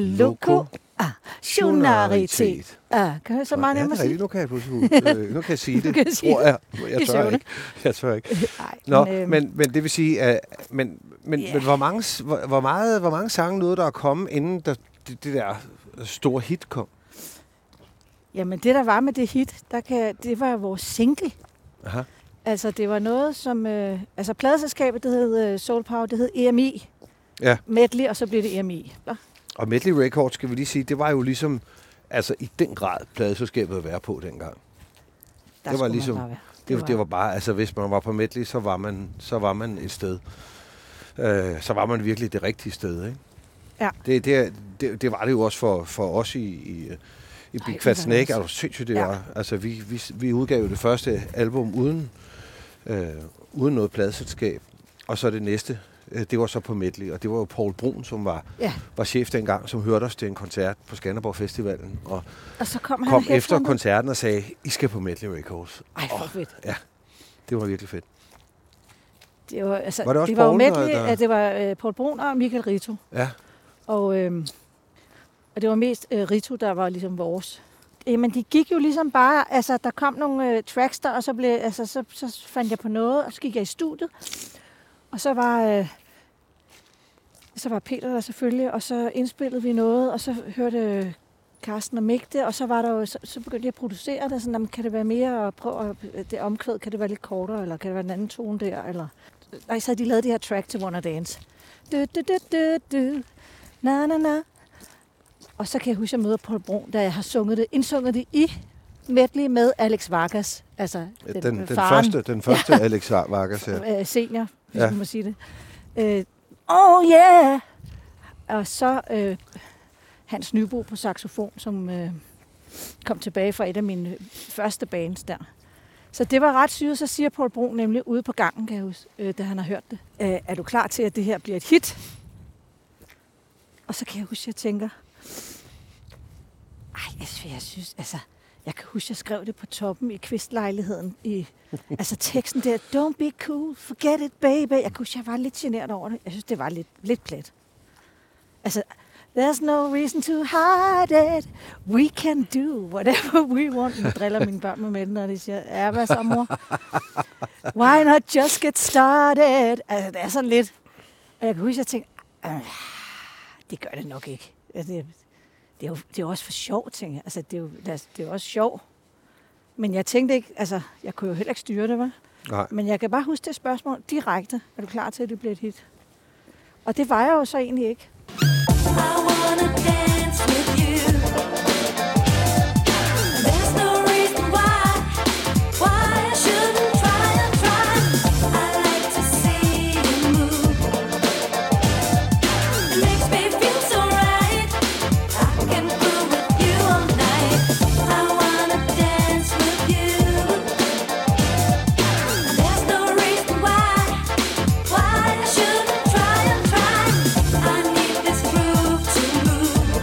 [SPEAKER 3] Lokutionalitet. Ah, kan jeg så meget
[SPEAKER 5] Ja,
[SPEAKER 3] nemmere
[SPEAKER 5] det er
[SPEAKER 3] sige?
[SPEAKER 5] rigtigt. Nu kan jeg pludselig øh, nu kan jeg sige det,
[SPEAKER 3] Du kan sige
[SPEAKER 5] tror jeg. Jeg
[SPEAKER 3] I
[SPEAKER 5] tør
[SPEAKER 3] søvne.
[SPEAKER 5] ikke. Jeg tør ikke.
[SPEAKER 3] Ej,
[SPEAKER 5] Nå,
[SPEAKER 3] men, øhm,
[SPEAKER 5] men, men det vil sige, at men, men,
[SPEAKER 3] Ja.
[SPEAKER 5] men hvor, mange, s- hvor, hvor, meget, hvor mange sange nåede der at komme, inden der, det, det der store hit kom?
[SPEAKER 3] Jamen det, der var med det hit, der kan, det var vores single.
[SPEAKER 5] Aha.
[SPEAKER 3] Altså det var noget, som... Øh, altså pladeselskabet, det hed øh, Soul Power, det hed E M I.
[SPEAKER 5] Ja.
[SPEAKER 3] Medley, og så blev det E M I. Nå,
[SPEAKER 5] Og Medley Records, skal vi lige sige, det var jo ligesom, altså i den grad, pladeselskabet at være på dengang.
[SPEAKER 3] der
[SPEAKER 5] Det var
[SPEAKER 3] skulle
[SPEAKER 5] ligesom-
[SPEAKER 3] man bare være.
[SPEAKER 5] Det, var, det var bare, altså hvis man var på Medley, så var man, så var man et sted. Øh, så var man virkelig det rigtige sted, ikke?
[SPEAKER 3] Ja.
[SPEAKER 5] Det, det, det, det var det jo også for, for os i, i, i Big
[SPEAKER 3] Ej,
[SPEAKER 5] Fat
[SPEAKER 3] det var
[SPEAKER 5] Snake.
[SPEAKER 3] også-
[SPEAKER 5] Er du sindssygt, det
[SPEAKER 3] Ja.
[SPEAKER 5] var? Altså vi, vi, vi udgav jo det første album uden, øh, uden noget pladeselskab. Og så det næste, øh, det var så på Medley. Og det var jo Paul Brun, som var,
[SPEAKER 3] Ja,
[SPEAKER 5] var chef dengang, som hørte os til en koncert på Skanderborg Festivalen. Og
[SPEAKER 3] og så kom han
[SPEAKER 5] kom
[SPEAKER 3] headphone
[SPEAKER 5] efter
[SPEAKER 3] med.
[SPEAKER 5] koncerten og sagde, I skal på Medley Records.
[SPEAKER 3] Ej, for fedt.
[SPEAKER 5] Det var virkelig fedt.
[SPEAKER 3] Det var, altså,
[SPEAKER 5] Var det også
[SPEAKER 3] det var jo
[SPEAKER 5] Paul,
[SPEAKER 3] medley,
[SPEAKER 5] der-
[SPEAKER 3] at det var øh, Paul Brun og Michael Rito.
[SPEAKER 5] Ja.
[SPEAKER 3] Og, øh, og det var mest øh, Rito, der var ligesom vores. Øh, men de gik jo ligesom bare, altså der kom nogle øh, tracks der, og så, blev, altså, så, så fandt jeg på noget, og så gik jeg i studiet. Og så var, øh, så var Peter der selvfølgelig, og så indspillede vi noget, og så hørte øh, Carsten og Mick det, og så, var der jo, så, så begyndte jeg at producere det, sådan, jamen, kan det være mere, og prøv at, det omkvæd, kan det være lidt kortere, eller kan det være en anden tone der, eller... Nej, så havde de lavet det her track til Wanna Dance. Du, du, du, du, du. Na, na, na. Og så kan jeg huske, at jeg møder Paul Brun, da jeg har sunget det, indsunget det i medley med Alex Vargas. Altså
[SPEAKER 5] Den,
[SPEAKER 3] den,
[SPEAKER 5] den,
[SPEAKER 3] faren,
[SPEAKER 5] første, den første ja. Alex Vargas, ja.
[SPEAKER 3] øh, senior, hvis
[SPEAKER 5] Ja.
[SPEAKER 3] ja. man må sige det. Øh, oh yeah! Og så øh, Hans Nybo på saxofon, som øh, kom tilbage fra et af mine første bands der. Så det var ret syret, så siger Paul Brun nemlig ude på gangen, kan jeg huske, øh, da han har hørt det. Øh, er du klar til, at det her bliver et hit? Og så kan jeg huske, at jeg tænker, ej, jeg, jeg synes, altså, jeg kan huske, at jeg skrev det på toppen i kvistlejligheden. I, altså teksten der, don't be cool, forget it, baby. Jeg kunne huske, jeg var lidt genert over det. Jeg synes, det var lidt, lidt plat. Altså, there's no reason to hide it. We can do whatever we want. Nu driller mine børn med den, når de siger, ja, hvad så, mor? Why not just get started? Altså, det er sådan lidt. Og jeg kan huske, at jeg tænkte, "Ah, det gør det nok ikke. Altså, det, det, er jo, det er jo også for sjov, tænker jeg. Altså, det er jo, det er jo også sjov. Men jeg tænkte ikke, altså, jeg kunne jo heller ikke styre det, var.
[SPEAKER 5] Nej.
[SPEAKER 3] Men jeg kan bare huske det spørgsmål direkte. Er du klar til, at det bliver et hit? Og det var jeg jo så egentlig ikke.
[SPEAKER 6] I wanna dance with you. There's no reason why, why I shouldn't try and try. I like to see you move. It makes me feel so right. I can groove with you all night. I wanna dance with you. There's no reason why, why I shouldn't try and try. I need this groove to move.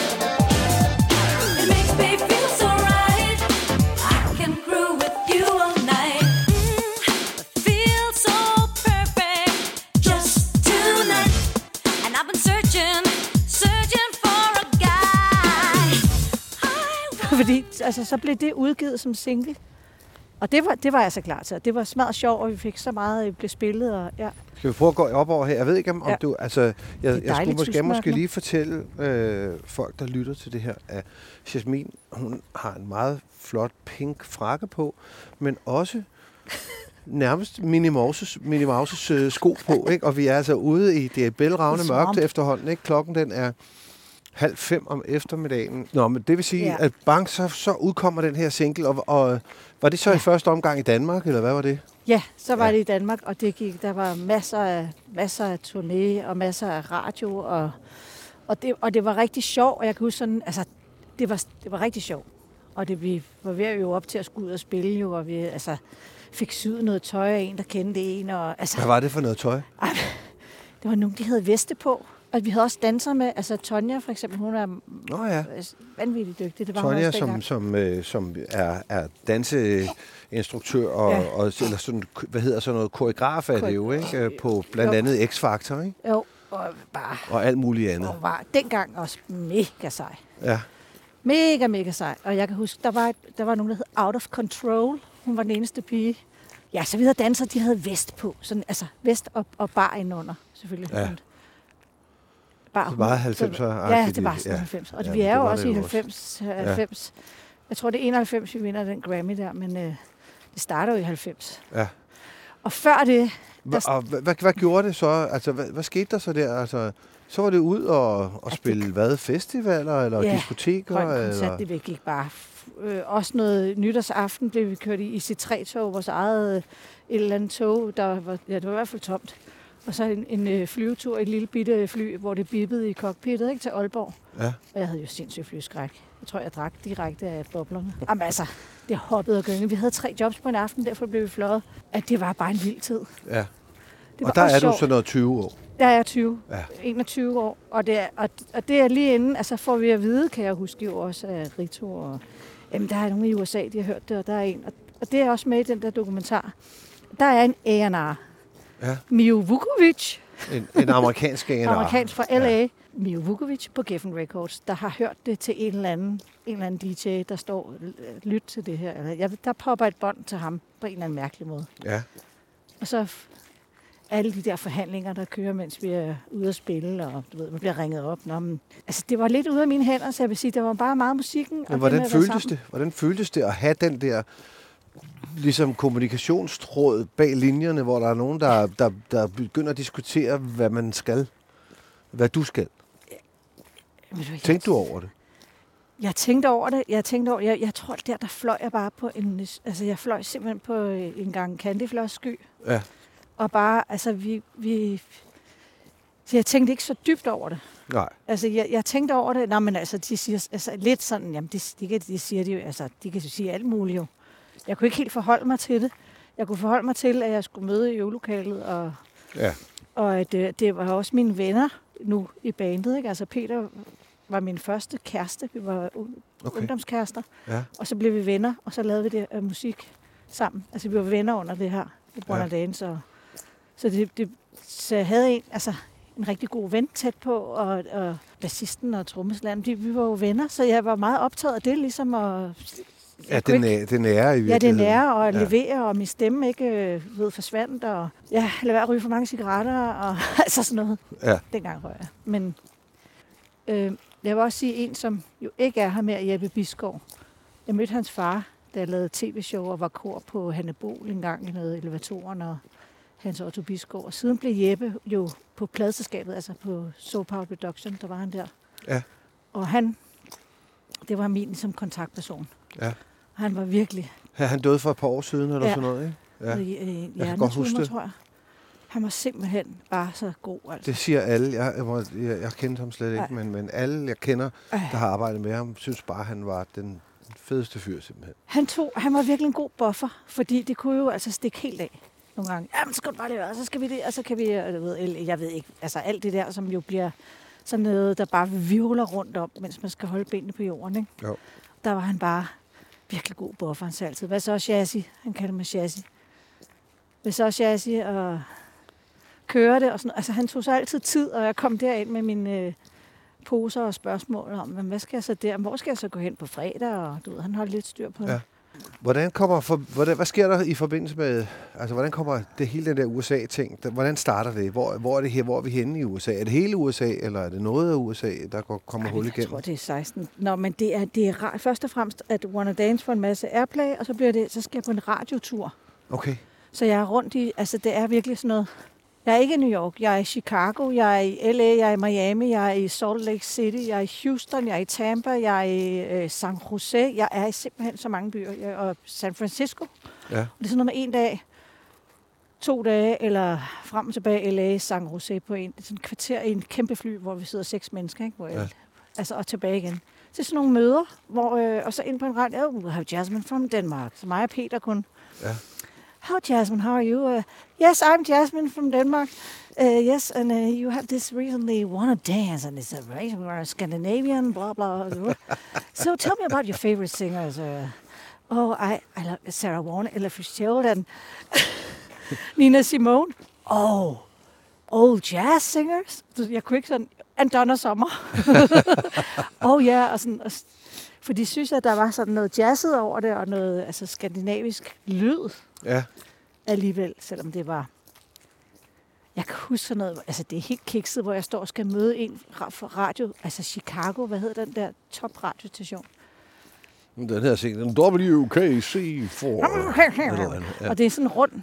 [SPEAKER 6] It makes me feel so right. I can groove with you all night. Mm, it feels so perfect just tonight. And I've been searching, searching for a guy. I
[SPEAKER 3] Fordi altså, så blev det udgivet som single. Og det var, det var jeg så klar til. Det var smadret sjov, og vi fik så meget, det blev spillet. Og, ja.
[SPEAKER 5] Skal vi prøve at gå op over her? Jeg ved ikke, om,
[SPEAKER 3] Ja.
[SPEAKER 5] om du... Altså, jeg, jeg skulle
[SPEAKER 3] dejligt
[SPEAKER 5] måske,
[SPEAKER 3] tysk
[SPEAKER 5] måske
[SPEAKER 3] mørk,
[SPEAKER 5] lige fortælle øh, folk, der lytter til det her, at Jasmin, hun har en meget flot pink frakke på, men også nærmest Minnie Mouses, Minnie Mouses øh, sko på, ikke? Og vi er altså ude i det bælragende
[SPEAKER 3] The
[SPEAKER 5] mørkt
[SPEAKER 3] swamp.
[SPEAKER 5] efterhånden, ikke? Klokken, den er Halv fem om eftermiddagen. Nå, men det vil sige,
[SPEAKER 3] Ja.
[SPEAKER 5] ja. at bang, så, så udkommer den her single, og, og var det så ja. i første omgang i Danmark, eller hvad var det?
[SPEAKER 3] Ja, så var
[SPEAKER 5] Ja.
[SPEAKER 3] ja. det i Danmark, og det gik, der var masser af, masser af turné og masser af radio, og, og, det, og det var rigtig sjovt, og jeg kan huske sådan, altså, det var, det var rigtig sjovt. Og det, vi var ved at øve op til at skulle ud og spille jo, og vi altså, fik syet noget tøj af en, der kendte en, og altså,
[SPEAKER 5] Hvad var det for noget tøj?
[SPEAKER 3] ej, det var nogen, de havde veste på, og vi havde også danser med, altså Tonja for eksempel, hun er
[SPEAKER 5] Nå ja,
[SPEAKER 3] vanvittigt dygtig, det var hun
[SPEAKER 5] Tonja,
[SPEAKER 3] også
[SPEAKER 5] som,
[SPEAKER 3] dengang.
[SPEAKER 5] som, øh, som er, er danseinstruktør og,
[SPEAKER 3] Ja.
[SPEAKER 5] ja. og eller sådan, hvad hedder sådan noget, koreograf er det jo, ikke? Øh, På blandt
[SPEAKER 3] Jo.
[SPEAKER 5] andet X-Factor, ikke?
[SPEAKER 3] Jo, og bare,
[SPEAKER 5] Og alt muligt andet.
[SPEAKER 3] og var dengang også mega sej.
[SPEAKER 5] Ja.
[SPEAKER 3] Mega, mega sej. Og jeg kan huske, der var, et, der var nogen, der hed Out of Control. Hun var den eneste pige. Ja, så videre dansere, de havde vest på. Sådan, altså vest og, og bar indenunder, selvfølgelig.
[SPEAKER 5] Ja.
[SPEAKER 3] Bar,
[SPEAKER 5] Så meget halvfemser-agtigt.
[SPEAKER 3] Ja, det var sådan
[SPEAKER 5] Ja.
[SPEAKER 3] halvfems. Og
[SPEAKER 5] Ja,
[SPEAKER 3] vi
[SPEAKER 5] men
[SPEAKER 3] er
[SPEAKER 5] det
[SPEAKER 3] jo
[SPEAKER 5] var
[SPEAKER 3] også
[SPEAKER 5] det
[SPEAKER 3] i
[SPEAKER 5] jo
[SPEAKER 3] halvfems. halvfems. Jeg tror, det er enoghalvfems, vi vinder den Grammy der, men øh, det starter jo i halvfems.
[SPEAKER 5] Ja.
[SPEAKER 3] Og før det,
[SPEAKER 5] Hva, og hvad, hvad, hvad gjorde det så? Altså, hvad, hvad skete der så der? Altså, så var det ud og, og
[SPEAKER 3] det-
[SPEAKER 5] spille hvad? Festivaler eller
[SPEAKER 3] Ja,
[SPEAKER 5] diskoteker?
[SPEAKER 3] Grøn
[SPEAKER 5] eller?
[SPEAKER 3] koncert, det gik bare. Øh, også noget nytårsaften blev vi kørt i, i C tre tog, vores eget øh, et eller andet tog, der var, ja, det var i hvert fald tomt. Og så en, en øh, flyvetur, et lille bitte fly, hvor det bippede i cockpittet, ikke, til Aalborg.
[SPEAKER 5] Ja.
[SPEAKER 3] Og jeg havde jo sindssygt flyskræk. Jeg tror, jeg drak direkte af boblerne. Jamen altså, det hoppede og gyngede. Vi havde tre jobs på en aften, derfor blev vi fløjet. At det var bare en vild tid.
[SPEAKER 5] Ja.
[SPEAKER 3] Det var
[SPEAKER 5] Og der
[SPEAKER 3] også
[SPEAKER 5] er du
[SPEAKER 3] sjovt.
[SPEAKER 5] så noget tyve år.
[SPEAKER 3] Der er jeg tyve.
[SPEAKER 5] Ja.
[SPEAKER 3] enogtyve år. Og det, er, og, og det er lige inden, altså får vi at vide, kan jeg huske jo også af Rito. Og, jamen, der er nogen i U S A, de har hørt det, og der er en. Og, og det er også med i den der dokumentar. Der er en A and R.
[SPEAKER 5] Ja.
[SPEAKER 3] Mio Vukovic,
[SPEAKER 5] En, en amerikansk A and R.
[SPEAKER 3] amerikansk fra L A. Ja. Mio Vukovic på Geffen Records, der har hørt det til en eller anden, en eller anden D J, der står lyt til det her. Eller, jeg, der popper et bånd til ham på en eller anden mærkelig måde.
[SPEAKER 5] Ja.
[SPEAKER 3] Og så f- alle de der forhandlinger, der kører, mens vi er ude at spille, og du ved, man bliver ringet op. Nå, men, altså, det var lidt ude af mine hænder, så jeg vil sige, det var bare meget musikken.
[SPEAKER 5] Men
[SPEAKER 3] og det
[SPEAKER 5] hvordan
[SPEAKER 3] med at være
[SPEAKER 5] føltes
[SPEAKER 3] sammen.
[SPEAKER 5] det? Hvordan føltes det at have den der ligesom kommunikationstråd bag linjerne, hvor der er nogen, der, der, der begynder at diskutere, hvad man skal, hvad du skal?
[SPEAKER 3] Ved du hvad, jeg-
[SPEAKER 5] Tænkte du over det?
[SPEAKER 3] Jeg tænkte over det. Jeg tænkte over, jeg, jeg tror, der, der fløj jeg bare på en... Altså, jeg fløj simpelthen på en gang candyfloss-sky.
[SPEAKER 5] Ja.
[SPEAKER 3] Og bare, altså, vi... vi så jeg tænkte ikke så dybt over det.
[SPEAKER 5] Nej.
[SPEAKER 3] Altså, jeg, jeg tænkte over det. Nå, men altså, de siger altså, lidt sådan... Jamen, de, de, kan- de siger det jo... Altså, de kan sige alt muligt jo. Jeg kunne ikke helt forholde mig til det. Jeg kunne forholde mig til, at jeg skulle møde i øvelokalet, og,
[SPEAKER 5] Ja.
[SPEAKER 3] og at det, det var også mine venner nu i bandet, ikke? Altså, Peter var min første kæreste. Vi var u-
[SPEAKER 5] Okay.
[SPEAKER 3] ungdomskærester.
[SPEAKER 5] Ja.
[SPEAKER 3] Og så blev vi venner, og så lavede vi det uh, musik sammen. Altså, vi var venner under det her, i Brønder
[SPEAKER 5] Ja.
[SPEAKER 3] Dance. Og, så, det, det, så jeg havde en, altså, en rigtig god ven tæt på, og, og bassisten og trommeslageren, de, vi var jo venner, så jeg var meget optaget af det, ligesom at...
[SPEAKER 5] Ja,
[SPEAKER 3] jeg kunne
[SPEAKER 5] den
[SPEAKER 3] ikke-
[SPEAKER 5] er, den er i
[SPEAKER 3] Ja, det
[SPEAKER 5] virkeligheden.
[SPEAKER 3] nære og at
[SPEAKER 5] Ja.
[SPEAKER 3] levere, og min stemme ikke øh, ved, forsvandt, og ja, lad være at ryge for mange cigaretter, og altså sådan noget.
[SPEAKER 5] Ja.
[SPEAKER 3] Dengang røg jeg. Men øh, jeg vil også sige en, som jo ikke er her mere, Jeppe Biskov. Jeg mødte hans far, da jeg lavede tv-show og var kor på Hannebol en gang i noget elevatoren, og Hans Otto Biskov. Og siden blev Jeppe jo på pladeselskabet, altså på Soul Power Production, der var han der.
[SPEAKER 5] Ja.
[SPEAKER 3] Og han, det var min som kontaktperson.
[SPEAKER 5] Ja.
[SPEAKER 3] Og han var virkelig
[SPEAKER 5] Ja, han døde for et par år siden, eller
[SPEAKER 3] Ja.
[SPEAKER 5] sådan noget, ikke? Ja.
[SPEAKER 3] ja.
[SPEAKER 5] Jeg kan godt huske det.
[SPEAKER 3] tror jeg. Han var simpelthen bare så god, altså.
[SPEAKER 5] Det siger alle. Jeg, jeg, må, jeg, jeg kendte ham slet ikke,
[SPEAKER 3] Nej.
[SPEAKER 5] men, men alle, jeg kender,
[SPEAKER 3] Ej.
[SPEAKER 5] der har arbejdet med ham, synes bare, han var den fedeste fyr, simpelthen.
[SPEAKER 3] Han, tog, han var virkelig en god buffer, fordi det kunne jo altså stikke helt af nogle gange. Jamen, så skal du bare lade, og så skal vi det, og så kan vi, og jeg ved, eller jeg ved ikke, altså alt det der, som jo bliver sådan noget, der bare virvler rundt om, mens man skal holde benene på jorden, ikke?
[SPEAKER 5] Jo.
[SPEAKER 3] Der var han bare virkelig god buffer, han sagde altid. Hvad så chassis? Han kalder mig chassis. Hvad så chassis? Og køre det og sådan noget. Altså, han tog så altid tid, og jeg kom derind med mine øh, poser og spørgsmål om, men hvad skal jeg så der? Hvor skal jeg så gå hen på fredag? Og du ved, han holdt lidt styr på det.
[SPEAKER 5] Ja. Hvordan kommer, for, hvordan, hvad sker der i forbindelse med, altså hvordan kommer det hele den der U S A-ting, der- hvordan starter det? Hvor, hvor er det her, hvor er vi henne i U S A? Er det hele U S A, eller er det noget af U S A, der går, kommer
[SPEAKER 3] Ej,
[SPEAKER 5] hul
[SPEAKER 3] Jeg
[SPEAKER 5] igennem?
[SPEAKER 3] tror, det er seksten. Nå, men det er, det er ra- først og fremmest, at Wanna Dance får en masse airplay, og så, bliver det, så skal jeg på en radiotur.
[SPEAKER 5] Okay,
[SPEAKER 3] Så jeg er rundt i, altså det er virkelig sådan noget Jeg er ikke i New York. Jeg er i Chicago, jeg er i L A, jeg er i Miami, jeg er i Salt Lake City, jeg er i Houston, jeg er i Tampa, jeg er i øh, San Jose. Jeg er i simpelthen så mange byer. Jeg, og San Francisco.
[SPEAKER 5] Ja.
[SPEAKER 3] Og det er sådan noget med en dag, to dage, eller frem og tilbage L A, San Jose på en, sådan et kvarter i en kæmpe fly, hvor vi sidder seks mennesker, ikke? Hvor jeg,
[SPEAKER 5] Ja.
[SPEAKER 3] altså, og tilbage igen. Så det er sådan nogle møder, hvor, øh, og så ind på en radio, oh, we have Jasmine from Denmark. Så mig og Peter kun.
[SPEAKER 5] Ja.
[SPEAKER 3] How Jasmine, how are you? Uh, yes, I'm Jasmine from Denmark. Uh, yes, and uh, you have this recently wanna dance, and it's a right, we're Scandinavian, blah blah. So tell me about your favorite singers. Uh, oh, I I love Sarah Vaughan, Ella Fitzgerald, and Nina Simone. Oh, old jazz singers. Så jeg kunne ikke sådan, and Donna Summer. oh ja, yeah, og sådan, og, for de synes, at der var sådan noget jazzet over det, og noget altså, skandinavisk lyd
[SPEAKER 5] Ja.
[SPEAKER 3] alligevel, selvom det var... Jeg kan huske sådan noget, altså det er helt kikset, hvor jeg står og skal møde en ra- fra radio, altså Chicago, hvad hedder den der top radiostation?
[SPEAKER 5] Den her scene, den W K C fire. Ja.
[SPEAKER 3] Og det er sådan rund.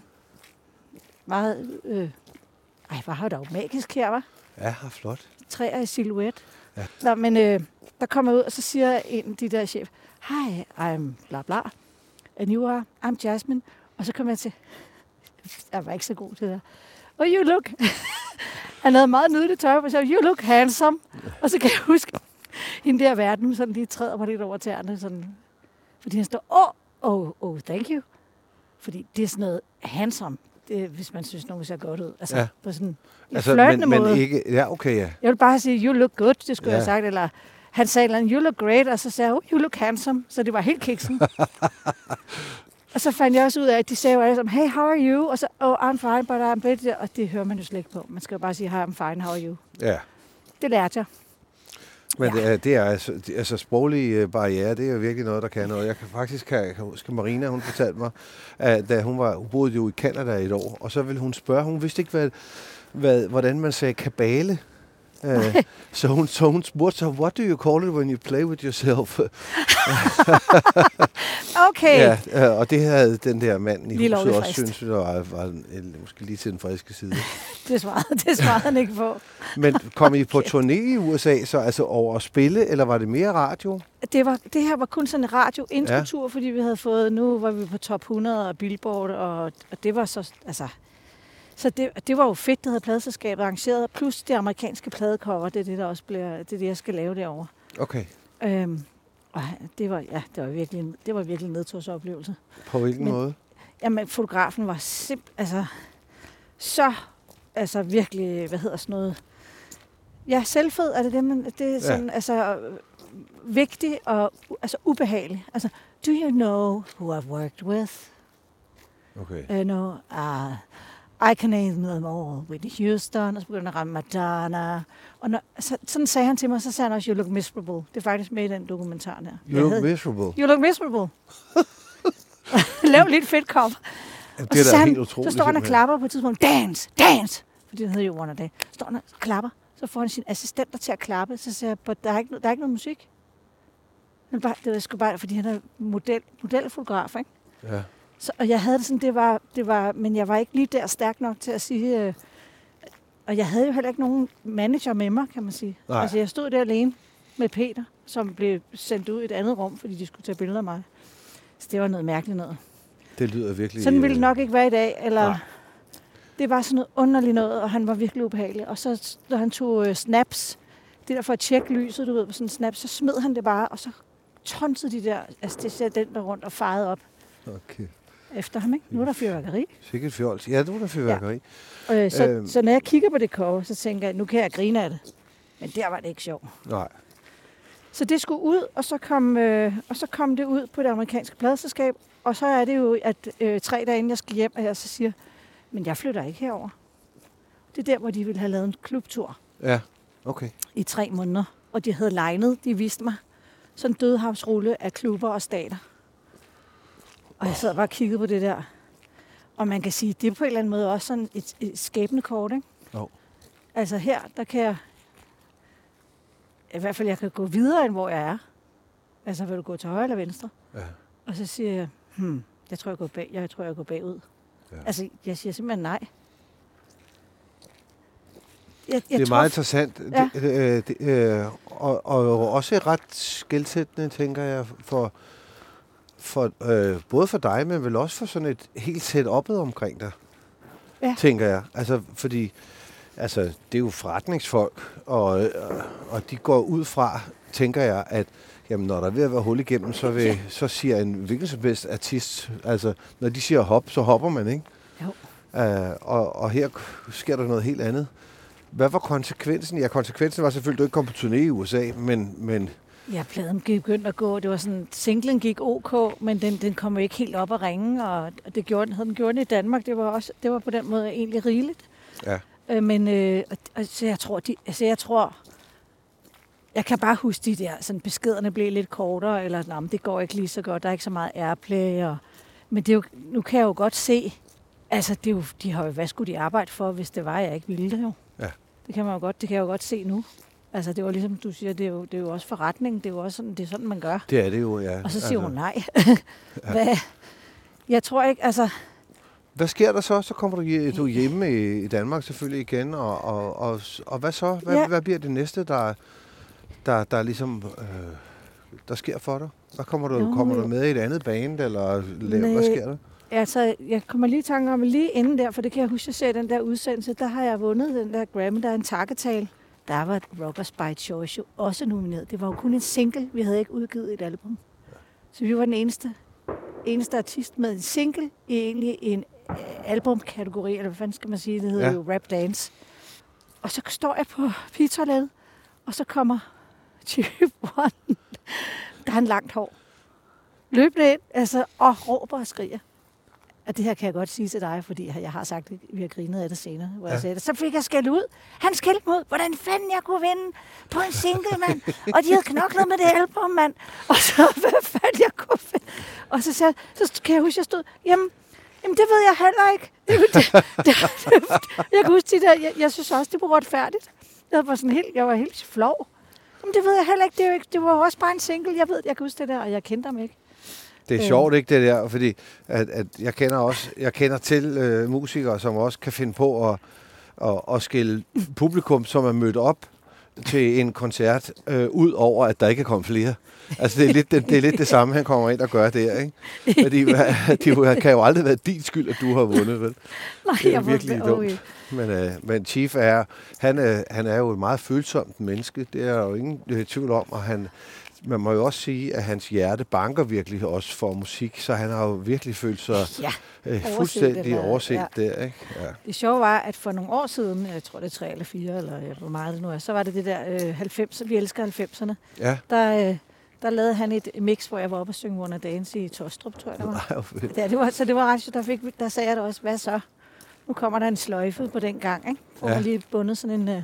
[SPEAKER 3] Meget, øh, ej, hvor har det jo magisk her, hva'?
[SPEAKER 5] Ja, flot.
[SPEAKER 3] Træer i silhuet.
[SPEAKER 5] Ja.
[SPEAKER 3] Nå, men øh, der kommer jeg ud, og så siger en af de der chef, hi, I'm bla bla, and you are, I'm Jasmine. Og så kommer jeg til, jeg var ikke så god til det. Oh, you look, han havde meget nydeligt tøj på, så you look handsome. Og så kan jeg huske, hende der verden, sådan lige træder mig lidt over tæerne, sådan, fordi han står, oh, oh, oh, thank you. Fordi det er sådan noget handsome, det, hvis man synes, nogen ser godt ud. Altså,
[SPEAKER 5] Ja.
[SPEAKER 3] ja. på sådan en
[SPEAKER 5] Altså,
[SPEAKER 3] flirtende
[SPEAKER 5] men,
[SPEAKER 3] måde.
[SPEAKER 5] men ikke... Ja, okay, ja.
[SPEAKER 3] Jeg vil bare sige, you look good, det skulle
[SPEAKER 5] Ja.
[SPEAKER 3] ja. jeg have sagt, eller han sagde, eller andet, you look great, og så sagde jeg, oh, you look handsome, så det var helt kiksen. Og så fandt jeg også ud af, at de sagde jo alle sammen, hey, how are you? Og så, oh, I'm fine, but I'm better. Og det hører man jo slet ikke på. Man skal jo bare sige, hey, I'm fine, how are you?
[SPEAKER 5] Ja.
[SPEAKER 3] Det lærte jeg.
[SPEAKER 5] Men
[SPEAKER 3] Ja.
[SPEAKER 5] ja. det, det er altså, det- altså sproglige øh, barriere, det er jo virkelig noget, der kan noget. Jeg kan faktisk kan, jeg kan huske, Marina, hun fortalte mig, at da hun var, hun boede jo i Canada et år, og så ville hun spørge, hun vidste ikke, hvad, hvad, hvordan man sagde kabale. Uh, så, hun, så hun spurgte sig, what do you call it when you play with yourself?
[SPEAKER 3] Okay.
[SPEAKER 5] Ja, øh, og det havde den der mand i
[SPEAKER 3] Lige
[SPEAKER 5] huset
[SPEAKER 3] lovligt
[SPEAKER 5] også
[SPEAKER 3] frist.
[SPEAKER 5] synes, var, var en, en, måske lige til den friske side.
[SPEAKER 3] Det svarede, det svarede han ikke på.
[SPEAKER 5] Men kom I på turné i U S A, så altså over at spille, eller var det mere radio?
[SPEAKER 3] Det, var, det her var kun sådan en radio-introtur, ja. Fordi vi havde fået, nu var vi på top hundrede og Billboard, og, og det var så, altså... Så det, det var jo fedt, det havde pladeselskabet arrangeret, plus det amerikanske pladecover, det er det, der også bliver, det er det, jeg skal lave derovre.
[SPEAKER 5] Okay.
[SPEAKER 3] Øhm, og det var, ja, det var virkelig, en- det var virkelig en nedtursoplevelse.
[SPEAKER 5] På hvilken
[SPEAKER 3] Men-
[SPEAKER 5] måde?
[SPEAKER 3] Jamen, fotografen var simpelthen, altså, så, altså virkelig, hvad hedder sådan noget, ja, selvfed, er det det, man, det er sådan, ja. altså, øh, vigtig og, u- altså, ubehagelig. Altså, do you know who I've worked with?
[SPEAKER 5] Okay.
[SPEAKER 3] You know, uh, I can name them all. Whitney Houston, og så begyndte han at ramme Madonna. Og når, så, sådan sagde han til mig, så sagde han også, you look miserable. Det er faktisk med i den dokumentar der.
[SPEAKER 5] You
[SPEAKER 3] Jeg
[SPEAKER 5] look
[SPEAKER 3] havde-
[SPEAKER 5] miserable.
[SPEAKER 3] You look miserable. Lav lidt fedt cover.
[SPEAKER 5] Ja,
[SPEAKER 3] Og
[SPEAKER 5] det er
[SPEAKER 3] så,
[SPEAKER 5] da
[SPEAKER 3] sagde
[SPEAKER 5] helt
[SPEAKER 3] han,
[SPEAKER 5] utroligt.
[SPEAKER 3] så står han og
[SPEAKER 5] simpelthen.
[SPEAKER 3] klapper på et tidspunkt. Dance, dance! Fordi den hedder jo One a Day. Står han og klapper. Så får han sin assistenter til at klappe. Så siger jeg, "But der er ikke, no- der er ikke noget musik. Men bare, det var sgu bare, fordi han er model, modelfotograf, ikke?
[SPEAKER 5] Ja.
[SPEAKER 3] Så, og jeg havde det sådan, det var, det var, men jeg var ikke lige der stærk nok til at sige, øh, og jeg havde jo heller ikke nogen manager med mig, kan man sige.
[SPEAKER 5] Nej.
[SPEAKER 3] Altså jeg stod der alene med Peter, som blev sendt ud i et andet rum, fordi de skulle tage billeder af mig. Så det var noget mærkeligt noget.
[SPEAKER 5] Det lyder virkelig...
[SPEAKER 3] Sådan ville det
[SPEAKER 5] øh,
[SPEAKER 3] nok ikke være i dag, eller
[SPEAKER 5] Nej.
[SPEAKER 3] det var sådan noget underligt noget, og han var virkelig ubehagelig. Og så, når han tog øh, snaps, det der for at tjekke lyset, du ved, på sådan en snap, så smed han det bare, og så tonsede de der assistenter rundt og fejede op
[SPEAKER 5] Okay.
[SPEAKER 3] efter ham, ikke? Nu er der fyrværkeri.
[SPEAKER 5] Sikkert fjols. Ja, det var der fyrværkeri.
[SPEAKER 3] Øh, så,
[SPEAKER 5] Øhm.
[SPEAKER 3] øhm. så når jeg kigger på det cover, så tænker jeg, nu kan jeg grine af det. Men der var det ikke sjovt.
[SPEAKER 5] Nej.
[SPEAKER 3] Så det skulle ud, og så kom, øh, og så kom det ud på det amerikanske pladeselskab. Og så er det jo, at øh, tre dage inden jeg skal hjem, at jeg så siger, men jeg flytter ikke herover. Det er der, hvor de ville have lavet en klubtur
[SPEAKER 5] Ja, okay.
[SPEAKER 3] i tre måneder. Og de havde legnet, de viste mig, sådan en dødhavsrulle af klubber og stater. Og jeg sad bare og kiggede på det der. Og man kan sige, det er på en eller anden måde også sådan et, et skæbnekort, ikke?
[SPEAKER 5] Jo.
[SPEAKER 3] Altså her, der kan jeg, i hvert fald jeg kan gå videre, end hvor jeg er. Altså vil du gå til højre eller venstre?
[SPEAKER 5] Ja.
[SPEAKER 3] Og så siger jeg, hmm, jeg tror, jeg går, bag, jeg tror, jeg går bagud.
[SPEAKER 5] Ja.
[SPEAKER 3] Ja. Altså, jeg siger simpelthen nej. jeg, jeg
[SPEAKER 5] Det er
[SPEAKER 3] tror,
[SPEAKER 5] meget interessant.
[SPEAKER 3] Ja.
[SPEAKER 5] Det, øh, det, øh, og, og også ret skelsættende, tænker jeg, for, for øh, både for dig, men vel også for sådan et helt setup'et omkring dig,
[SPEAKER 3] Ja.
[SPEAKER 5] tænker jeg. Altså, fordi altså, det er jo forretningsfolk, og, øh, og de går ud fra, tænker jeg, at jamen, når der er ved at være hul igennem, så, vil, så siger en hvilken som helst artist, altså når de siger hop, så hopper man, ikke?
[SPEAKER 3] Jo.
[SPEAKER 5] Uh, og, og her sker der noget helt andet. Hvad var konsekvensen? Ja, konsekvensen var selvfølgelig, at du ikke kom på turné i U S A, men, men
[SPEAKER 3] Ja, pladen gik begyndt at gå. Det var sådan, singlen gik ok, men den, den kom jo ikke helt op at ringe, og det gjorde den, havde den gjort den i Danmark. Det var, også, det var på den måde egentlig rigeligt.
[SPEAKER 5] ja.
[SPEAKER 3] Øh, men øh, og, og, så jeg tror, de, altså jeg tror, jeg kan bare huske de der, sådan beskederne blev lidt kortere, eller nej, det går ikke lige så godt, der er ikke så meget airplay, og, men det er jo, nu kan jeg jo godt se, altså det er jo, de har jo, hvad skulle de arbejde for, hvis det var, jeg ikke ville det jo.
[SPEAKER 5] Ja.
[SPEAKER 3] Det kan man jo godt, det kan jeg jo godt se nu. Altså det var ligesom du siger, det er jo, det er jo også forretning, det er jo også sådan, det er sådan man gør.
[SPEAKER 5] Det er det jo, ja.
[SPEAKER 3] Og så siger
[SPEAKER 5] altså.
[SPEAKER 3] hun nej. Hvad? Jeg tror ikke, altså...
[SPEAKER 5] Hvad sker der så? Så kommer du, hje- du hjemme i, i Danmark selvfølgelig igen, og, og, og, og hvad så? Hvad,
[SPEAKER 3] Ja.
[SPEAKER 5] hvad bliver det næste, der, der, der ligesom, øh, der sker for dig? Hvad kommer du,
[SPEAKER 3] Jo,
[SPEAKER 5] kommer du
[SPEAKER 3] jeg-
[SPEAKER 5] med i et andet band, eller laver,
[SPEAKER 3] Nej.
[SPEAKER 5] hvad sker der?
[SPEAKER 3] Altså, jeg kommer lige i tanke om, lige inden der, for det kan jeg huske, at jeg ser den der udsendelse, der har jeg vundet den der Grammy, der er en takketale. Der var Rockers by Choice jo også nomineret. Det var jo kun en single, vi havde ikke udgivet et album. Så vi var den eneste, eneste artist med en single i egentlig en øh, albumkategori, eller hvad fanden skal man sige, det hedder
[SPEAKER 5] Ja.
[SPEAKER 3] ja. jo Rap Dance. Og så står jeg på pigetoilettet, og så kommer Type One, der har en langt hår, løbende ind, altså, og råber og skriger. Og det her kan jeg godt sige til dig, fordi jeg har sagt det, vi har grinet af det senere, hvor ja. jeg sagde det. Så fik jeg skældt ud. Han skældte mig ud, hvordan fanden jeg kunne vinde på en single, mand. Og de havde knoklet med det album, mand. Og så, hvad fanden jeg kunne finde. Og så, sagde, så kan jeg huske, jeg stod, jamen, jamen det ved jeg heller ikke. Det, det, det, det, jeg kan huske det der, jeg, jeg synes også, det var retfærdigt. Jeg var, sådan helt, jeg var helt flov. Jamen det ved jeg heller ikke, det, er jo ikke, det var jo også bare en single, jeg ved, jeg kan huske det der, og jeg kendte ham ikke.
[SPEAKER 5] Det er
[SPEAKER 3] Øh.
[SPEAKER 5] sjovt, ikke, det der, fordi at, at jeg kender også, jeg kender til øh, musikere, som også kan finde på at, at, at skille publikum, som er mødt op til en koncert, øh, ud over, at der ikke er kommet flere. Altså, det er lidt det, det, er lidt det samme, han kommer ind og gør der, ikke? Fordi det kan jo aldrig være din skyld, at du har vundet, vel?
[SPEAKER 3] Nej,
[SPEAKER 5] Det er
[SPEAKER 3] jeg var
[SPEAKER 5] virkelig
[SPEAKER 3] okay.
[SPEAKER 5] dumt. Men, øh, men Chief er, han, øh, han er jo et meget følsomt menneske, det er der jo ingen øh, tvivl om, og han, man må jo også sige, at hans hjerte banker virkelig også for musik, så han har jo virkelig følt sig
[SPEAKER 3] Ja,
[SPEAKER 5] øh,
[SPEAKER 3] overset
[SPEAKER 5] fuldstændig
[SPEAKER 3] eller-
[SPEAKER 5] overset
[SPEAKER 3] ja.
[SPEAKER 5] der, ikke? Ja.
[SPEAKER 3] det sjove var, at for nogle år siden, jeg tror det er tre eller fire, eller ja, hvor meget det nu er, så var det det der øh, halvfems, vi elsker halvfemserne.
[SPEAKER 5] Ja,
[SPEAKER 3] Der, øh, der lavede han et mix, hvor jeg var oppe og synge Wanna Dance i Tostrup, tror jeg det var.
[SPEAKER 5] nej, hvor fedt.
[SPEAKER 3] Ja, det var, så det var ret sjovt. Der, fik, vi- der sagde jeg da også, hvad så? Nu kommer der en sløjfe på den gang, ikke? Hvor
[SPEAKER 5] Ja.
[SPEAKER 3] man lige bundet sådan en... Øh,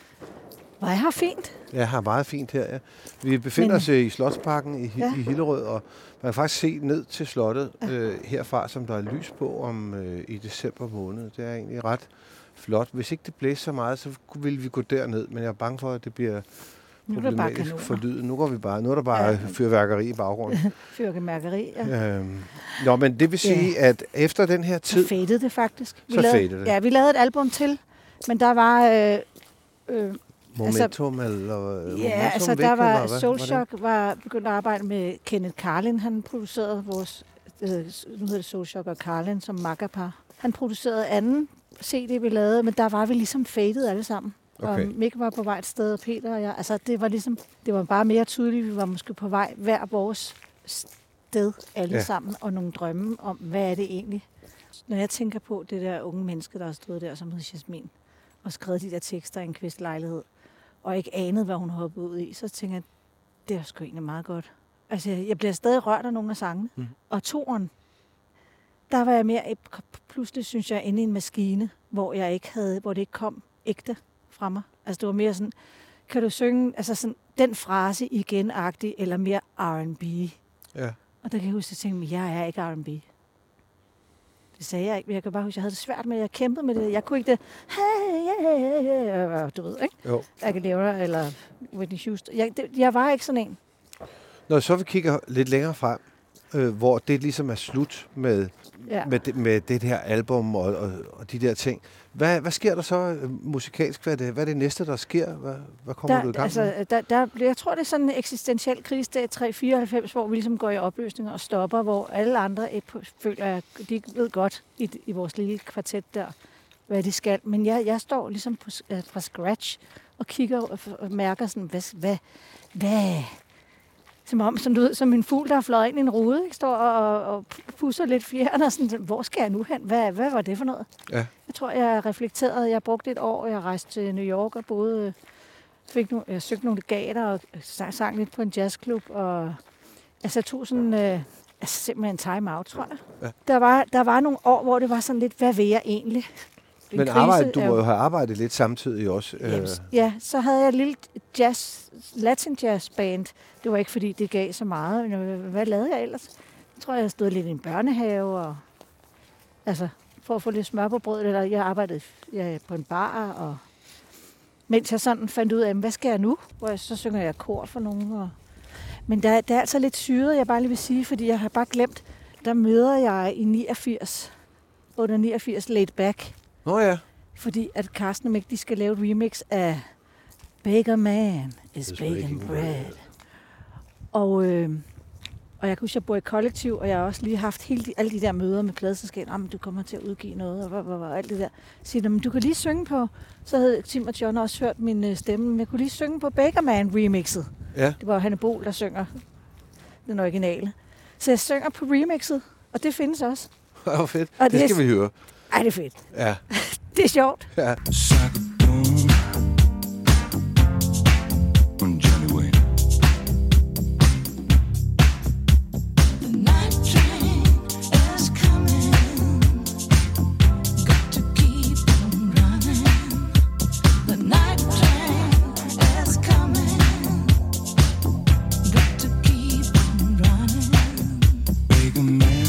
[SPEAKER 3] hvor jeg har fint.
[SPEAKER 5] Jeg har meget fint her, ja. Vi befinder
[SPEAKER 3] Men-
[SPEAKER 5] os øh, i Slotsparken i, Hi-
[SPEAKER 3] Ja.
[SPEAKER 5] i Hillerød, og man kan faktisk se ned til slottet øh, herfra, som der er lys på om øh, i december måned. Det er egentlig ret flot. Hvis ikke det blæser så meget, så kunne- ville vi gå derned, men jeg er bange for, at det bliver
[SPEAKER 3] Nu er der bare
[SPEAKER 5] problematisk for
[SPEAKER 3] kanoner.
[SPEAKER 5] lyden. Nu går vi bare. Nu er der bare
[SPEAKER 3] Ja.
[SPEAKER 5] ja. fyrværkeri i baggrunden.
[SPEAKER 3] Fyrkemærkeri, ja.
[SPEAKER 5] øhm. Nå, men det vil sige, at efter den her
[SPEAKER 3] Så
[SPEAKER 5] tid...
[SPEAKER 3] fadede det faktisk. Vi
[SPEAKER 5] Så
[SPEAKER 3] lavede,
[SPEAKER 5] fadede det.
[SPEAKER 3] Ja, vi lavede et album til, men der var... Øh, øh,
[SPEAKER 5] Momentum, altså, eller... øh,
[SPEAKER 3] Ja,
[SPEAKER 5] momentum
[SPEAKER 3] altså
[SPEAKER 5] væk,
[SPEAKER 3] der var
[SPEAKER 5] eller hvad?
[SPEAKER 3] Soulshock var begyndt at arbejde med Kenneth Carlin. Han producerede vores, øh, nu hedder det Soulshock og Carlin som makkerpar. Han producerede anden C D, vi lavede, men der var vi ligesom faded alle sammen.
[SPEAKER 5] Okay.
[SPEAKER 3] Og Mick var på vej et sted, og Peter og jeg. Altså det var ligesom, det var bare mere tydeligt. Vi var måske på vej hver vores sted alle
[SPEAKER 5] Ja.
[SPEAKER 3] ja. sammen, og nogle drømme om, hvad er det egentlig. Når jeg tænker på det der unge menneske, der har stået der, som hed Jasmin, og skrevet de der tekster i en kvistlejlighed, og ikke anede, hvad hun hoppede ud i, så tænker jeg, det er sgu egentlig meget godt. Altså, jeg bliver stadig rørt af nogle af sangene.
[SPEAKER 5] Mm.
[SPEAKER 3] Mm. Og toren, der var jeg mere, pludselig synes jeg, inde i en maskine, hvor jeg ikke havde, hvor det ikke kom ægte fra mig. Altså, det var mere sådan, kan du synge, altså sådan, den frase igen-agtig, eller mere R and B.
[SPEAKER 5] Ja.
[SPEAKER 3] Og der kan jeg huske, at jeg tænkte, jeg er ikke R and B. Det sagde jeg ikke, men jeg kan bare huske, at jeg havde det svært med, at jeg kæmpede med det. Jeg kunne ikke det, hey, yeah, yeah, yeah, du ved, ikke?
[SPEAKER 5] Jo.
[SPEAKER 3] Aguilera eller Whitney Houston. Jeg, det, jeg var ikke sådan en.
[SPEAKER 5] Når så vi kigger lidt længere frem, øh, hvor det ligesom er slut med,
[SPEAKER 3] Ja.
[SPEAKER 5] med, det, med det her album og, og, og de der ting. Hvad, hvad sker der så øh, musikalsk? Hvad er, det, hvad er det næste, der sker? Hvad, hvad kommer
[SPEAKER 3] Der,
[SPEAKER 5] du i gang
[SPEAKER 3] altså,
[SPEAKER 5] med?
[SPEAKER 3] der, der, jeg tror, det er sådan en eksistentiel krise, der er tre fireoghalvfems, hvor vi ligesom går i opløsning og stopper, hvor alle andre er på, føler, at de ved godt i, i vores lille kvartet der, hvad de skal. Men jeg, jeg står ligesom på, uh, fra scratch og kigger og, og mærker sådan, hvad, hvad, hvad, som om, som, du ved, som en fugl, der har fløjet ind i en rude, ikke? Står og, og pusser lidt fjerne og sådan, hvor skal jeg nu hen? Hvad, hvad var det for noget?
[SPEAKER 5] Ja.
[SPEAKER 3] Jeg tror, jeg reflekterede. Jeg brugte et år, jeg rejste til New York og boede, fik no, jeg søgte nogle legater og sang, sang lidt på en jazzklub. Og, altså, jeg tog sådan, øh, altså, simpelthen en time-out, tror jeg.
[SPEAKER 5] Ja.
[SPEAKER 3] Der, var, der var nogle år, hvor det var sådan lidt, hvad vil jeg egentlig? En
[SPEAKER 5] Men
[SPEAKER 3] krise
[SPEAKER 5] arbejde, du
[SPEAKER 3] er
[SPEAKER 5] må jo have arbejdet lidt samtidig også.
[SPEAKER 3] Jamen, ja, så havde jeg et lille jazz, Latin jazz band. Det var ikke, fordi det gav så meget. Men hvad lavede jeg ellers? Jeg tror, jeg stod lidt i en børnehave, og, altså, for at få lidt smør på brødet. Eller jeg arbejdede ja, på en bar, og mens jeg sådan fandt ud af, hvad skal jeg nu? Hvor jeg, så synger jeg kor for nogen. Og, men der, der er altså lidt syret, jeg bare lige vil sige, fordi jeg har bare glemt, der møder jeg i niogfirs, under niogfirs Laid Back.
[SPEAKER 5] Nå ja.
[SPEAKER 3] Fordi at Carsten og Mick, de skal lave et remix af Baker Man is
[SPEAKER 5] Is
[SPEAKER 3] Baking
[SPEAKER 5] baking
[SPEAKER 3] Bread.
[SPEAKER 5] bread.
[SPEAKER 3] Og, øh, og jeg kan huske, at jeg bor i kollektiv, og jeg har også lige haft hele de, alle de der møder med pladeselskabet. Jamen, du kommer til at udgive noget, og, og, og, og alt det der. Så siger de, men du kan lige synge på, så havde Tim og John også hørt min øh, stemme, men jeg kunne lige synge på Baker Man remixet.
[SPEAKER 5] Ja.
[SPEAKER 3] Det var Hanne Bol, der synger den originale. Så jeg synger på remixet, og det findes også.
[SPEAKER 5] Hvor fedt.
[SPEAKER 3] Og
[SPEAKER 5] Det
[SPEAKER 3] det-
[SPEAKER 5] skal vi høre.
[SPEAKER 3] Ej, det er fedt.
[SPEAKER 5] Ja.
[SPEAKER 3] Det er sjovt.
[SPEAKER 5] Ja.
[SPEAKER 6] Johnny Wayne. The night train is coming. Got to keep on running. The night train is coming. Got to keep on running. Baker man.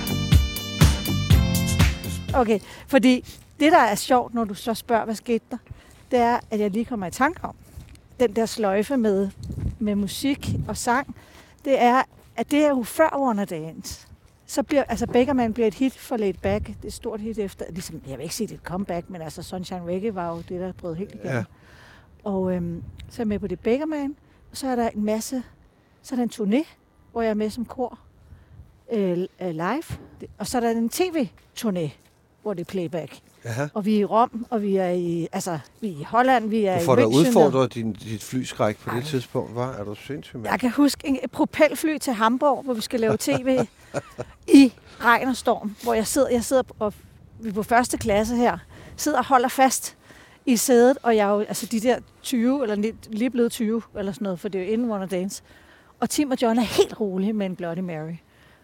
[SPEAKER 3] Okay, fordi det, der er sjovt, når du så spørger, hvad skete der, det er, at jeg lige kommer i tanke om, den der sløjfe med, med musik og sang, det er, at det er jo før Warner Dance. Så bliver, altså Baker Man bliver et hit for Laid Back, det er et stort hit efter, ligesom, jeg vil ikke sige, det er et comeback, men altså Sunshine Reggae var jo det, der brød helt igennem.
[SPEAKER 5] Ja.
[SPEAKER 3] Og øhm, så er jeg med på det Baker Man, og så er der en masse, så er der en turné, hvor jeg er med som kor øh, live, og så er der en tv-turné, hvor det er playback.
[SPEAKER 5] Jaha.
[SPEAKER 3] Og vi er i Rom, og vi er i, altså, vi er i Holland, vi er
[SPEAKER 5] Du
[SPEAKER 3] i
[SPEAKER 5] får da
[SPEAKER 3] München.
[SPEAKER 5] udfordret din, dit flyskræk på det tidspunkt, var? Er du sindssyg, mand?
[SPEAKER 3] Jeg kan huske en- et propelfly til Hamburg, hvor vi skal lave tv i regn og storm, hvor jeg sidder, jeg sidder og vi er på første klasse her, sidder og holder fast i sædet, og jeg er jo, altså de der tyve, eller ni- lige blevet tyve, eller sådan noget, for det er jo inden Warner Dance. Og Tim og John er helt rolige med en Bloody Mary.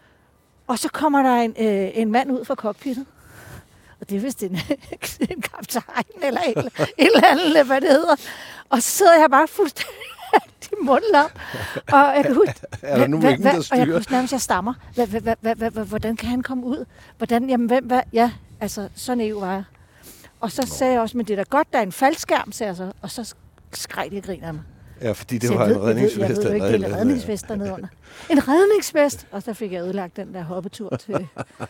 [SPEAKER 3] Og så kommer der en, øh, en mand ud fra cockpittet, og det er vist en, en kaptajn, eller et, et eller andet, hvad det hedder. Og så sidder jeg bare fuldstændig mundlam. Og jeg kan huske,
[SPEAKER 5] Er der nu
[SPEAKER 3] hvad-
[SPEAKER 5] ingen,
[SPEAKER 3] hvad-
[SPEAKER 5] der
[SPEAKER 3] og jeg
[SPEAKER 5] styrer?
[SPEAKER 3] kunne nærmest, jeg stammer. Hvad, hvad, hvad, hvad, hvad, hvad, hvordan kan han komme ud? Hvordan, jamen, hvem, hvad? Ja, altså, så naiv var jeg. Og så sagde jeg også, men det er da godt, der er en faldskærm, sagde jeg så. Og så skreg jeg griner af mig.
[SPEAKER 5] Ja, fordi det
[SPEAKER 3] Så
[SPEAKER 5] var
[SPEAKER 3] jeg
[SPEAKER 5] en
[SPEAKER 3] ved- jeg ved-
[SPEAKER 5] redningsvest.
[SPEAKER 3] Jeg ved jo ikke, det er en redningsvest dernede under. En redningsvest! Og så fik jeg ødelagt den der hoppetur til.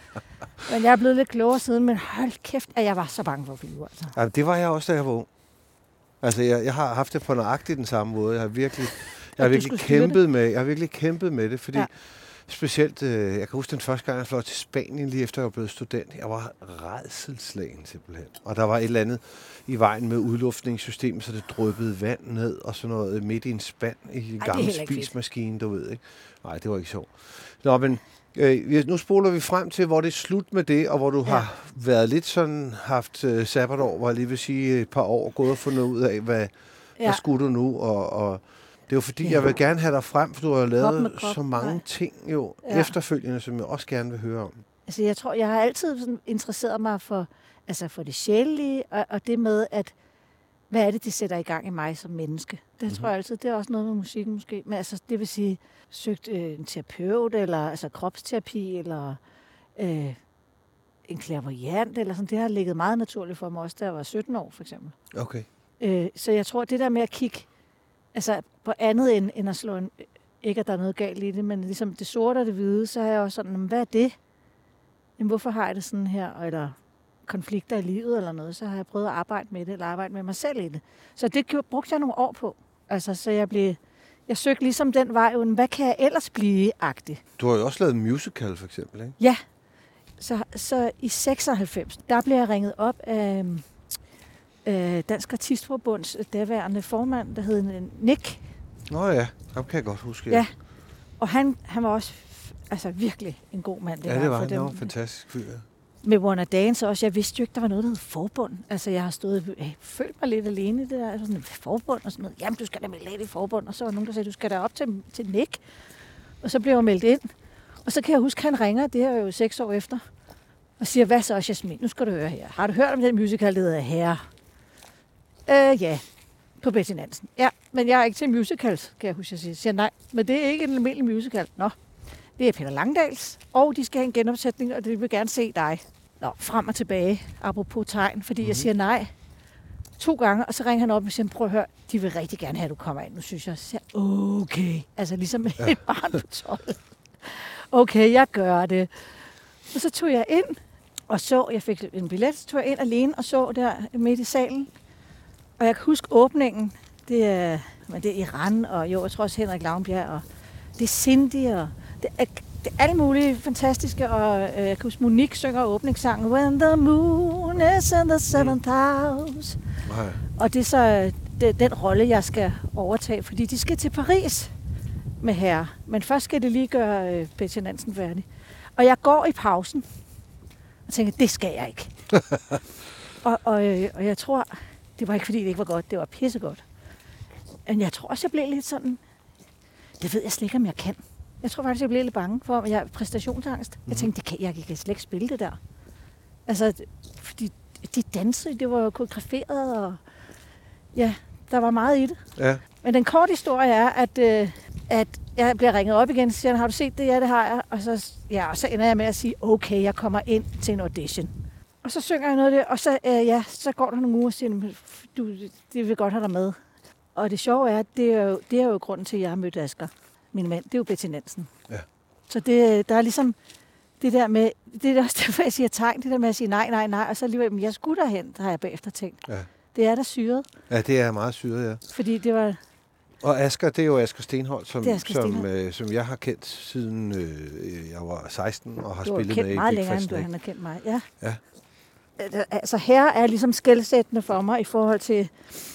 [SPEAKER 3] Men jeg er blevet lidt klogere siden, men hold kæft, at jeg var så bange for at flyve. Altså.
[SPEAKER 5] Ja, det var jeg også, da jeg var ung. Altså, jeg, jeg har haft det på nøjagtigt den samme måde. Jeg har virkelig, jeg har
[SPEAKER 3] du
[SPEAKER 5] virkelig
[SPEAKER 3] skulle styre
[SPEAKER 5] kæmpet med, jeg har virkelig kæmpet med det, fordi
[SPEAKER 3] Ja.
[SPEAKER 5] ja. specielt, øh, jeg kan huske den første gang, jeg fløj til Spanien, lige efter jeg var blevet student. Jeg var rædselslagen simpelthen. Og der var et eller andet i vejen med udluftningssystemet, så det dryppede vand ned og sådan noget midt i en spand i en
[SPEAKER 3] er
[SPEAKER 5] gammel
[SPEAKER 3] heller ikke fedt.
[SPEAKER 5] spisemaskine, du ved, ikke? Nej, det var ikke sjovt. Nå, men øh, vi- nu spoler vi frem til, hvor det er slut med det, og hvor du
[SPEAKER 3] Ja.
[SPEAKER 5] ja. har været lidt sådan, haft øh, sabbatår, hvor jeg lige vil sige et par år, gået og fundet ud af, hvad, ja. hvad skulle du nu, og, og det er jo fordi,
[SPEAKER 3] Ja.
[SPEAKER 5] ja. jeg vil gerne have dig frem, for du har
[SPEAKER 3] Krop med
[SPEAKER 5] lavet
[SPEAKER 3] krop,
[SPEAKER 5] så mange
[SPEAKER 3] nej.
[SPEAKER 5] ting jo
[SPEAKER 3] Ja.
[SPEAKER 5] ja. efterfølgende, som jeg også gerne vil høre om.
[SPEAKER 3] Altså, jeg tror, jeg har altid sådan interesseret mig for, altså for det sjælelige, og, og det med, at hvad er det, det sætter i gang i mig som menneske. Det mm-hmm. tror jeg altid, det er også noget med musikken måske. Men altså, det vil sige, søgt øh, en terapeut, eller altså kropsterapi, eller øh, en clairvoyant, eller sådan. Det har ligget meget naturligt for mig også, da jeg var sytten år, for eksempel.
[SPEAKER 5] Okay.
[SPEAKER 3] Øh, så jeg tror, det der med at kigge altså, på andet end, end at slå en, ikke, at der er noget galt i det, men ligesom det sorte og det hvide, så er jeg også sådan, hvad er det? Jamen, hvorfor har jeg det sådan her? Eller konflikter i livet eller noget, så har jeg prøvet at arbejde med det, eller arbejde med mig selv i det. Så det brugte jeg nogle år på. Altså, så jeg blev... Jeg søgte ligesom den vej, uden, hvad kan jeg ellers blive-agtig?
[SPEAKER 5] Du har jo også lavet musical, for eksempel, ikke?
[SPEAKER 3] Ja. Så, så i seksoghalvfems, der blev jeg ringet op af øh, Dansk Artistforbunds daværende formand, der hed Nick.
[SPEAKER 5] Nå ja, ham kan jeg godt huske.
[SPEAKER 3] Ja, og han, han var også altså, virkelig en god mand.
[SPEAKER 5] Ja, det var han.
[SPEAKER 3] dem.
[SPEAKER 5] Det var en fantastisk fyr.
[SPEAKER 3] Med Wanna Dance også. Jeg vidste jo ikke, der var noget, der hed forbund. Altså, jeg har stået jeg følt mig lidt alene i det der. Sådan, forbund og sådan noget. Jamen, du skal da melde ind i forbund. Og så var nogen, der sagde, du skal da op til, til Nick. Og så blev jeg meldt ind. Og så kan jeg huske, at han ringer, det er jo seks år efter, og siger, hvad så, Jasmin? Nu skal du høre her. Har du hørt om den musical, der hedder Herre? Øh, ja. På Betty Nansen. Ja, men jeg er ikke til musicals, kan jeg huske, at sige. Jeg siger, nej, men det er ikke en almindelig musical. Nå, det er Peter Langdals, og de skal have en genopsætning, og de vil gerne se dig. Nå, frem og tilbage, apropos tegn, fordi mm-hmm. jeg siger nej to gange, og så ringer han op og siger, prøv at høre, de vil rigtig gerne have, at du kommer ind. Nu synes jeg, så siger, okay, altså ligesom ja. Et barn på tolv. Okay, jeg gør det. Og så tog jeg ind, og så, jeg fik en billet, så tog jeg ind alene og så der midt i salen. Og jeg kan huske åbningen, det er, men det er Iran, og jo, jeg tror også Henrik Lavnbjerg, og det er Cindy, og det er, det er alle mulige fantastiske, og øh, jeg kan huske, Monique synger åbningssangen, When the moon is in the seventh house. Nej. Og det er så det, den rolle, jeg skal overtage, fordi de skal til Paris med Herre. Men først skal det lige gøre øh, Betty Nansen færdig. Og jeg går i pausen og tænker, det skal jeg ikke. og, og, øh, og jeg tror, det var ikke fordi, det ikke var godt, det var pissegodt. Men jeg tror også, jeg blev lidt sådan, det ved jeg slet ikke, om jeg kan. Jeg tror faktisk, jeg blev lidt bange for, at jeg er præstationsangst. Mm-hmm. Jeg tænkte, det kan, jeg kan slet ikke spille det der. Altså, fordi de dansede, det var jo koreograferet, og ja, der var meget i det. Ja. Men den korte historie er, at, øh, at jeg bliver ringet op igen, og siger, har du set det? Ja, det har jeg. Og så, ja, og så ender jeg med at sige, okay, jeg kommer ind til en audition. Og så synger jeg noget af det, og så, øh, ja, så går der nogle uger og siger, du, det vil godt have dig med. Og det sjove er, at det er jo, det er jo grunden til, at jeg har mødt Asger, min mand. Det er jo Betty Nansen. Ja. Så det, der er ligesom det der med, det er også derfor, jeg siger tegn, det der med at sige nej, nej, nej, og så alligevel, men jeg skulle derhen, der har jeg bagefter tænkt. Ja. Det er da syret.
[SPEAKER 5] Ja, det er meget syret, ja.
[SPEAKER 3] Fordi det var...
[SPEAKER 5] Og Asger, det er jo Asger Stenholt, som,
[SPEAKER 3] Asger
[SPEAKER 5] som,
[SPEAKER 3] Stenholt.
[SPEAKER 5] øh, som jeg har kendt siden øh, jeg var seksten og har
[SPEAKER 3] du
[SPEAKER 5] spillet
[SPEAKER 3] med i
[SPEAKER 5] Big Fat Snake. Du har kendt
[SPEAKER 3] meget længere, end du han har kendt mig, ja.
[SPEAKER 5] Ja.
[SPEAKER 3] Altså her er ligesom skelsættende for mig i forhold til,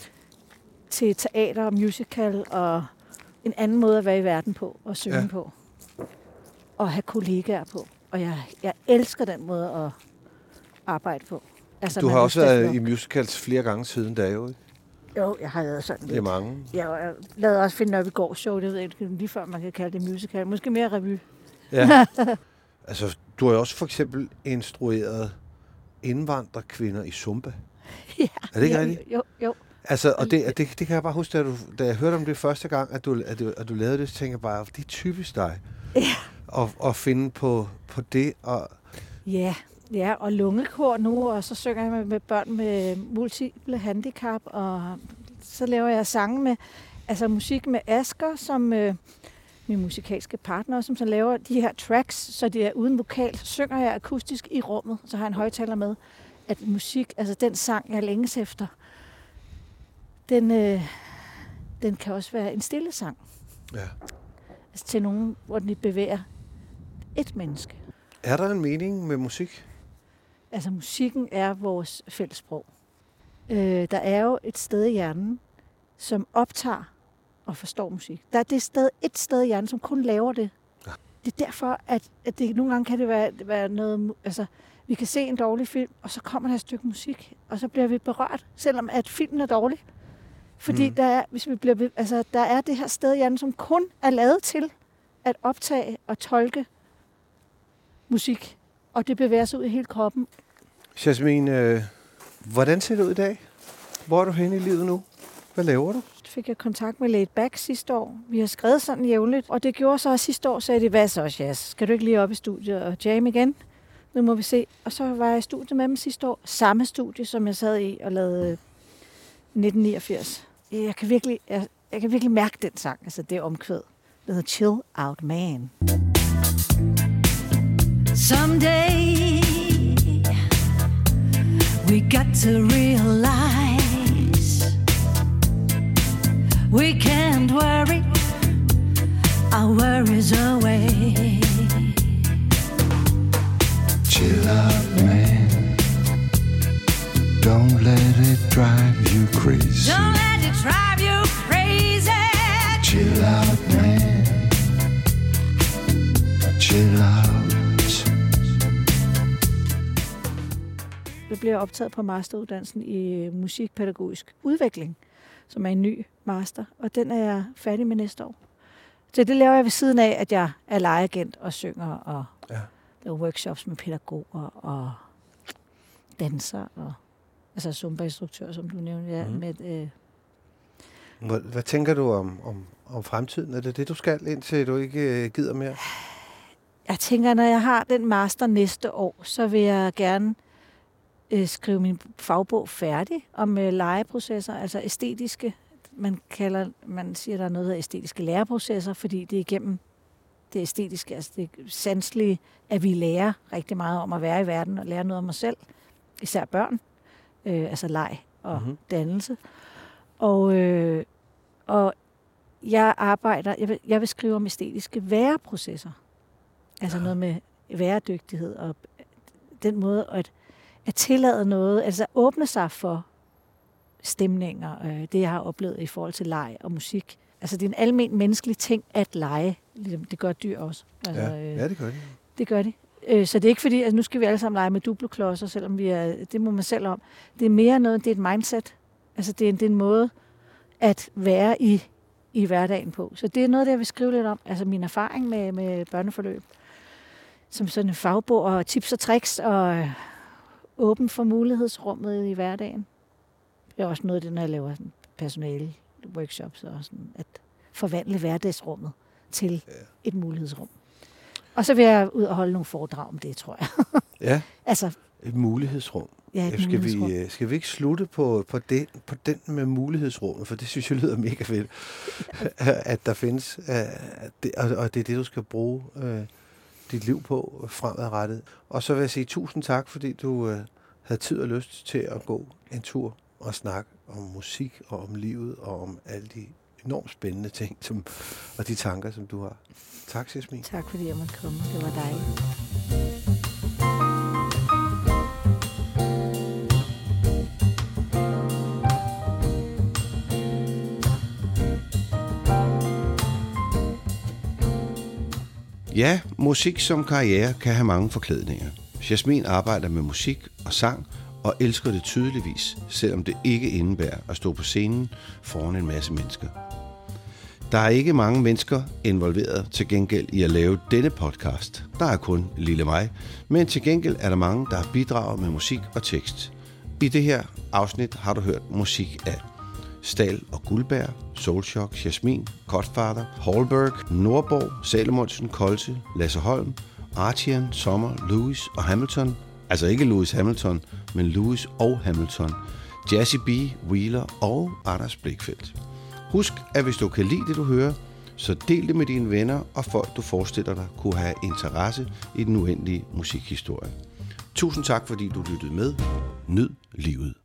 [SPEAKER 3] til teater og musical og en anden måde at være i verden på og synge ja. på. Og have kollegaer på. Og jeg, jeg elsker den måde at arbejde på. Altså,
[SPEAKER 5] du har også været i musicals flere gange siden da, jo ikke?
[SPEAKER 3] Jo, jeg har lavet sådan lidt.
[SPEAKER 5] Det er mange.
[SPEAKER 3] Jeg lavede også Finde op i går show, det ved jeg ikke lige før man kan kalde det musical. Måske mere revy.
[SPEAKER 5] Ja. Altså, du har jo også for eksempel instrueret indvandrerkvinder i Zumba.
[SPEAKER 3] Ja.
[SPEAKER 5] Er det ikke
[SPEAKER 3] jo,
[SPEAKER 5] rigtigt?
[SPEAKER 3] Jo, jo.
[SPEAKER 5] Altså, og det, det, det kan jeg bare huske, da, du, da jeg hørte om det første gang, at du, at du, at du lavede det, så tænkte jeg bare, det er typisk dig.
[SPEAKER 3] Ja.
[SPEAKER 5] At, at finde på, på det. Og
[SPEAKER 3] ja, ja, og lungekor nu, og så synger jeg med, med børn med multiple handicap, og så laver jeg sange med, altså musik med Asger, som øh, min musikalske partner, som så laver de her tracks, så det er uden vokal, så synger jeg akustisk i rummet, så har jeg en højtaler med, at musik, altså den sang, jeg længes efter, den, øh, den kan også være en stille sang. Ja. Altså til nogen, hvor den bevæger et menneske.
[SPEAKER 5] Er der en mening med musik?
[SPEAKER 3] Altså musikken er vores fællessprog. Øh, der er jo et sted i hjernen, som optager og forstår musik. Der er det sted, et sted i hjernen, som kun laver det. Ja. Det er derfor, at, at det, nogle gange kan det være, være noget... Altså, vi kan se en dårlig film, og så kommer der et stykke musik, og så bliver vi berørt, selvom at filmen er dårlig. Fordi mm. der, er, hvis vi bliver, altså, der er det her sted i hjernen, som kun er lavet til at optage og tolke musik. Og det bevæger sig ud i hele kroppen.
[SPEAKER 5] Jasmin, øh, hvordan ser det ud i dag? Hvor er du henne i livet nu? Hvad laver du?
[SPEAKER 3] Så fik jeg kontakt med Laid Back sidste år. Vi har skrevet sådan jævnligt, og det gjorde så også sidste år, sagde de, hvad så, Jas? Skal du ikke lige op i studiet og jam igen? Nu må vi se. Og så var jeg i studiet med dem sidste år. Samme studie, som jeg sad i og lavede nitten niogfirs. Jeg kan virkelig, jeg, jeg kan virkelig mærke den sang, altså det omkvæd. der hedder Chill Out Man. Someday we got to realize we can't worry our worries away.
[SPEAKER 7] Chill out, man. Don't let it drive you crazy.
[SPEAKER 3] Don't let it drive you crazy.
[SPEAKER 7] Chill out, man. Chill out.
[SPEAKER 3] Jeg bliver optaget på masteruddannelsen i musikpædagogisk udvikling, som er en ny master, og den er jeg færdig med næste år. Så det laver jeg ved siden af, at jeg er legeagent og synger og
[SPEAKER 5] Ja.
[SPEAKER 3] laver workshops med pædagoger og danser og altså zumba-instruktør, som du nævnte. Ja,
[SPEAKER 5] Mhm.
[SPEAKER 3] med, øh,
[SPEAKER 5] Hvad, hvad tænker du om, om, om fremtiden? Er det det, du skal, indtil du ikke øh, gider mere?
[SPEAKER 3] jeg tænker, når jeg har den master næste år, så vil jeg gerne øh, skrive min fagbog færdig om øh, legeprocesser, altså æstetiske. Man kalder, man siger, der er noget af æstetiske læreprocesser, fordi det er igennem det æstetiske, altså det sanselige, at vi lærer rigtig meget om at være i verden og lære noget om os selv, især børn, øh, altså leg og
[SPEAKER 5] Mhm.
[SPEAKER 3] mm-hmm. dannelse. Og, øh, og jeg arbejder, jeg vil, jeg vil skrive om æstetiske væreprocesser, altså noget med væredygtighed og den måde at, at tillade noget, altså åbne sig for stemninger, øh, det jeg har oplevet i forhold til leg og musik. Altså det er en almen menneskelig ting at lege, ligesom det gør dyr også. Altså,
[SPEAKER 5] Ja,
[SPEAKER 3] øh,
[SPEAKER 5] ja det gør det.
[SPEAKER 3] det gør de. Øh, så det er ikke fordi, at nu skal vi alle sammen lege med duploklodser, selvom vi er, det må man selv om. Det er mere noget, det er et mindset. Altså det er, en- det er en måde at være i, i hverdagen på. Så det er noget, det jeg vil skrive lidt om. Altså min erfaring med, med børneforløb. Som sådan en fagbog og tips og tricks og øh, åben for mulighedsrummet i hverdagen. Det er også noget af det, når jeg laver sådan personale workshops og sådan, at forvandle hverdagsrummet til et mulighedsrum. Og så vil jeg ud og holde nogle foredrag om det, tror jeg.
[SPEAKER 5] Ja,
[SPEAKER 3] altså,
[SPEAKER 5] et mulighedsrum.
[SPEAKER 3] ja, et
[SPEAKER 5] Ja, skal, vi,
[SPEAKER 3] mulighedsrum.
[SPEAKER 5] øh, skal vi ikke slutte på, på, den, på den med mulighedsrummet, for det synes jeg lyder mega fedt, at der findes, øh, det, og, og det er det, du skal bruge øh, dit liv på fremadrettet. Og så vil jeg sige tusind tak, fordi du øh, havde tid og lyst til at gå en tur og snakke om musik og om livet og om alle de enormt spændende ting som, og de tanker, som du har. Tak, Jasmin.
[SPEAKER 3] Tak fordi jeg måtte komme. Det var dejligt.
[SPEAKER 1] Ja, musik som karriere kan have mange forklædninger. Jasmin arbejder med musik og sang og elsker det tydeligvis, selvom det ikke indebærer at stå på scenen foran en masse mennesker. Der er ikke mange mennesker involveret til gengæld i at lave denne podcast. Der er kun lille mig, men til gengæld er der mange, der har bidraget med musik og tekst. I det her afsnit har du hørt musik af Stahl og Guldberg, Soulshock, Jasmin, Godfather, Hallberg, Nordborg, Salomonsen, Kolse, Lasse Holm, Artian, Sommer, Lewis og Hamilton. Altså ikke Lewis Hamilton, men Lewis og Hamilton. Jazzy B, Wheeler og Anders Blikfeldt. Husk, at hvis du kan lide det, du hører, så del det med dine venner og folk, du forestiller dig kunne have interesse i den uendelige musikhistorie. Tusind tak, fordi du lyttede med. Nyd livet.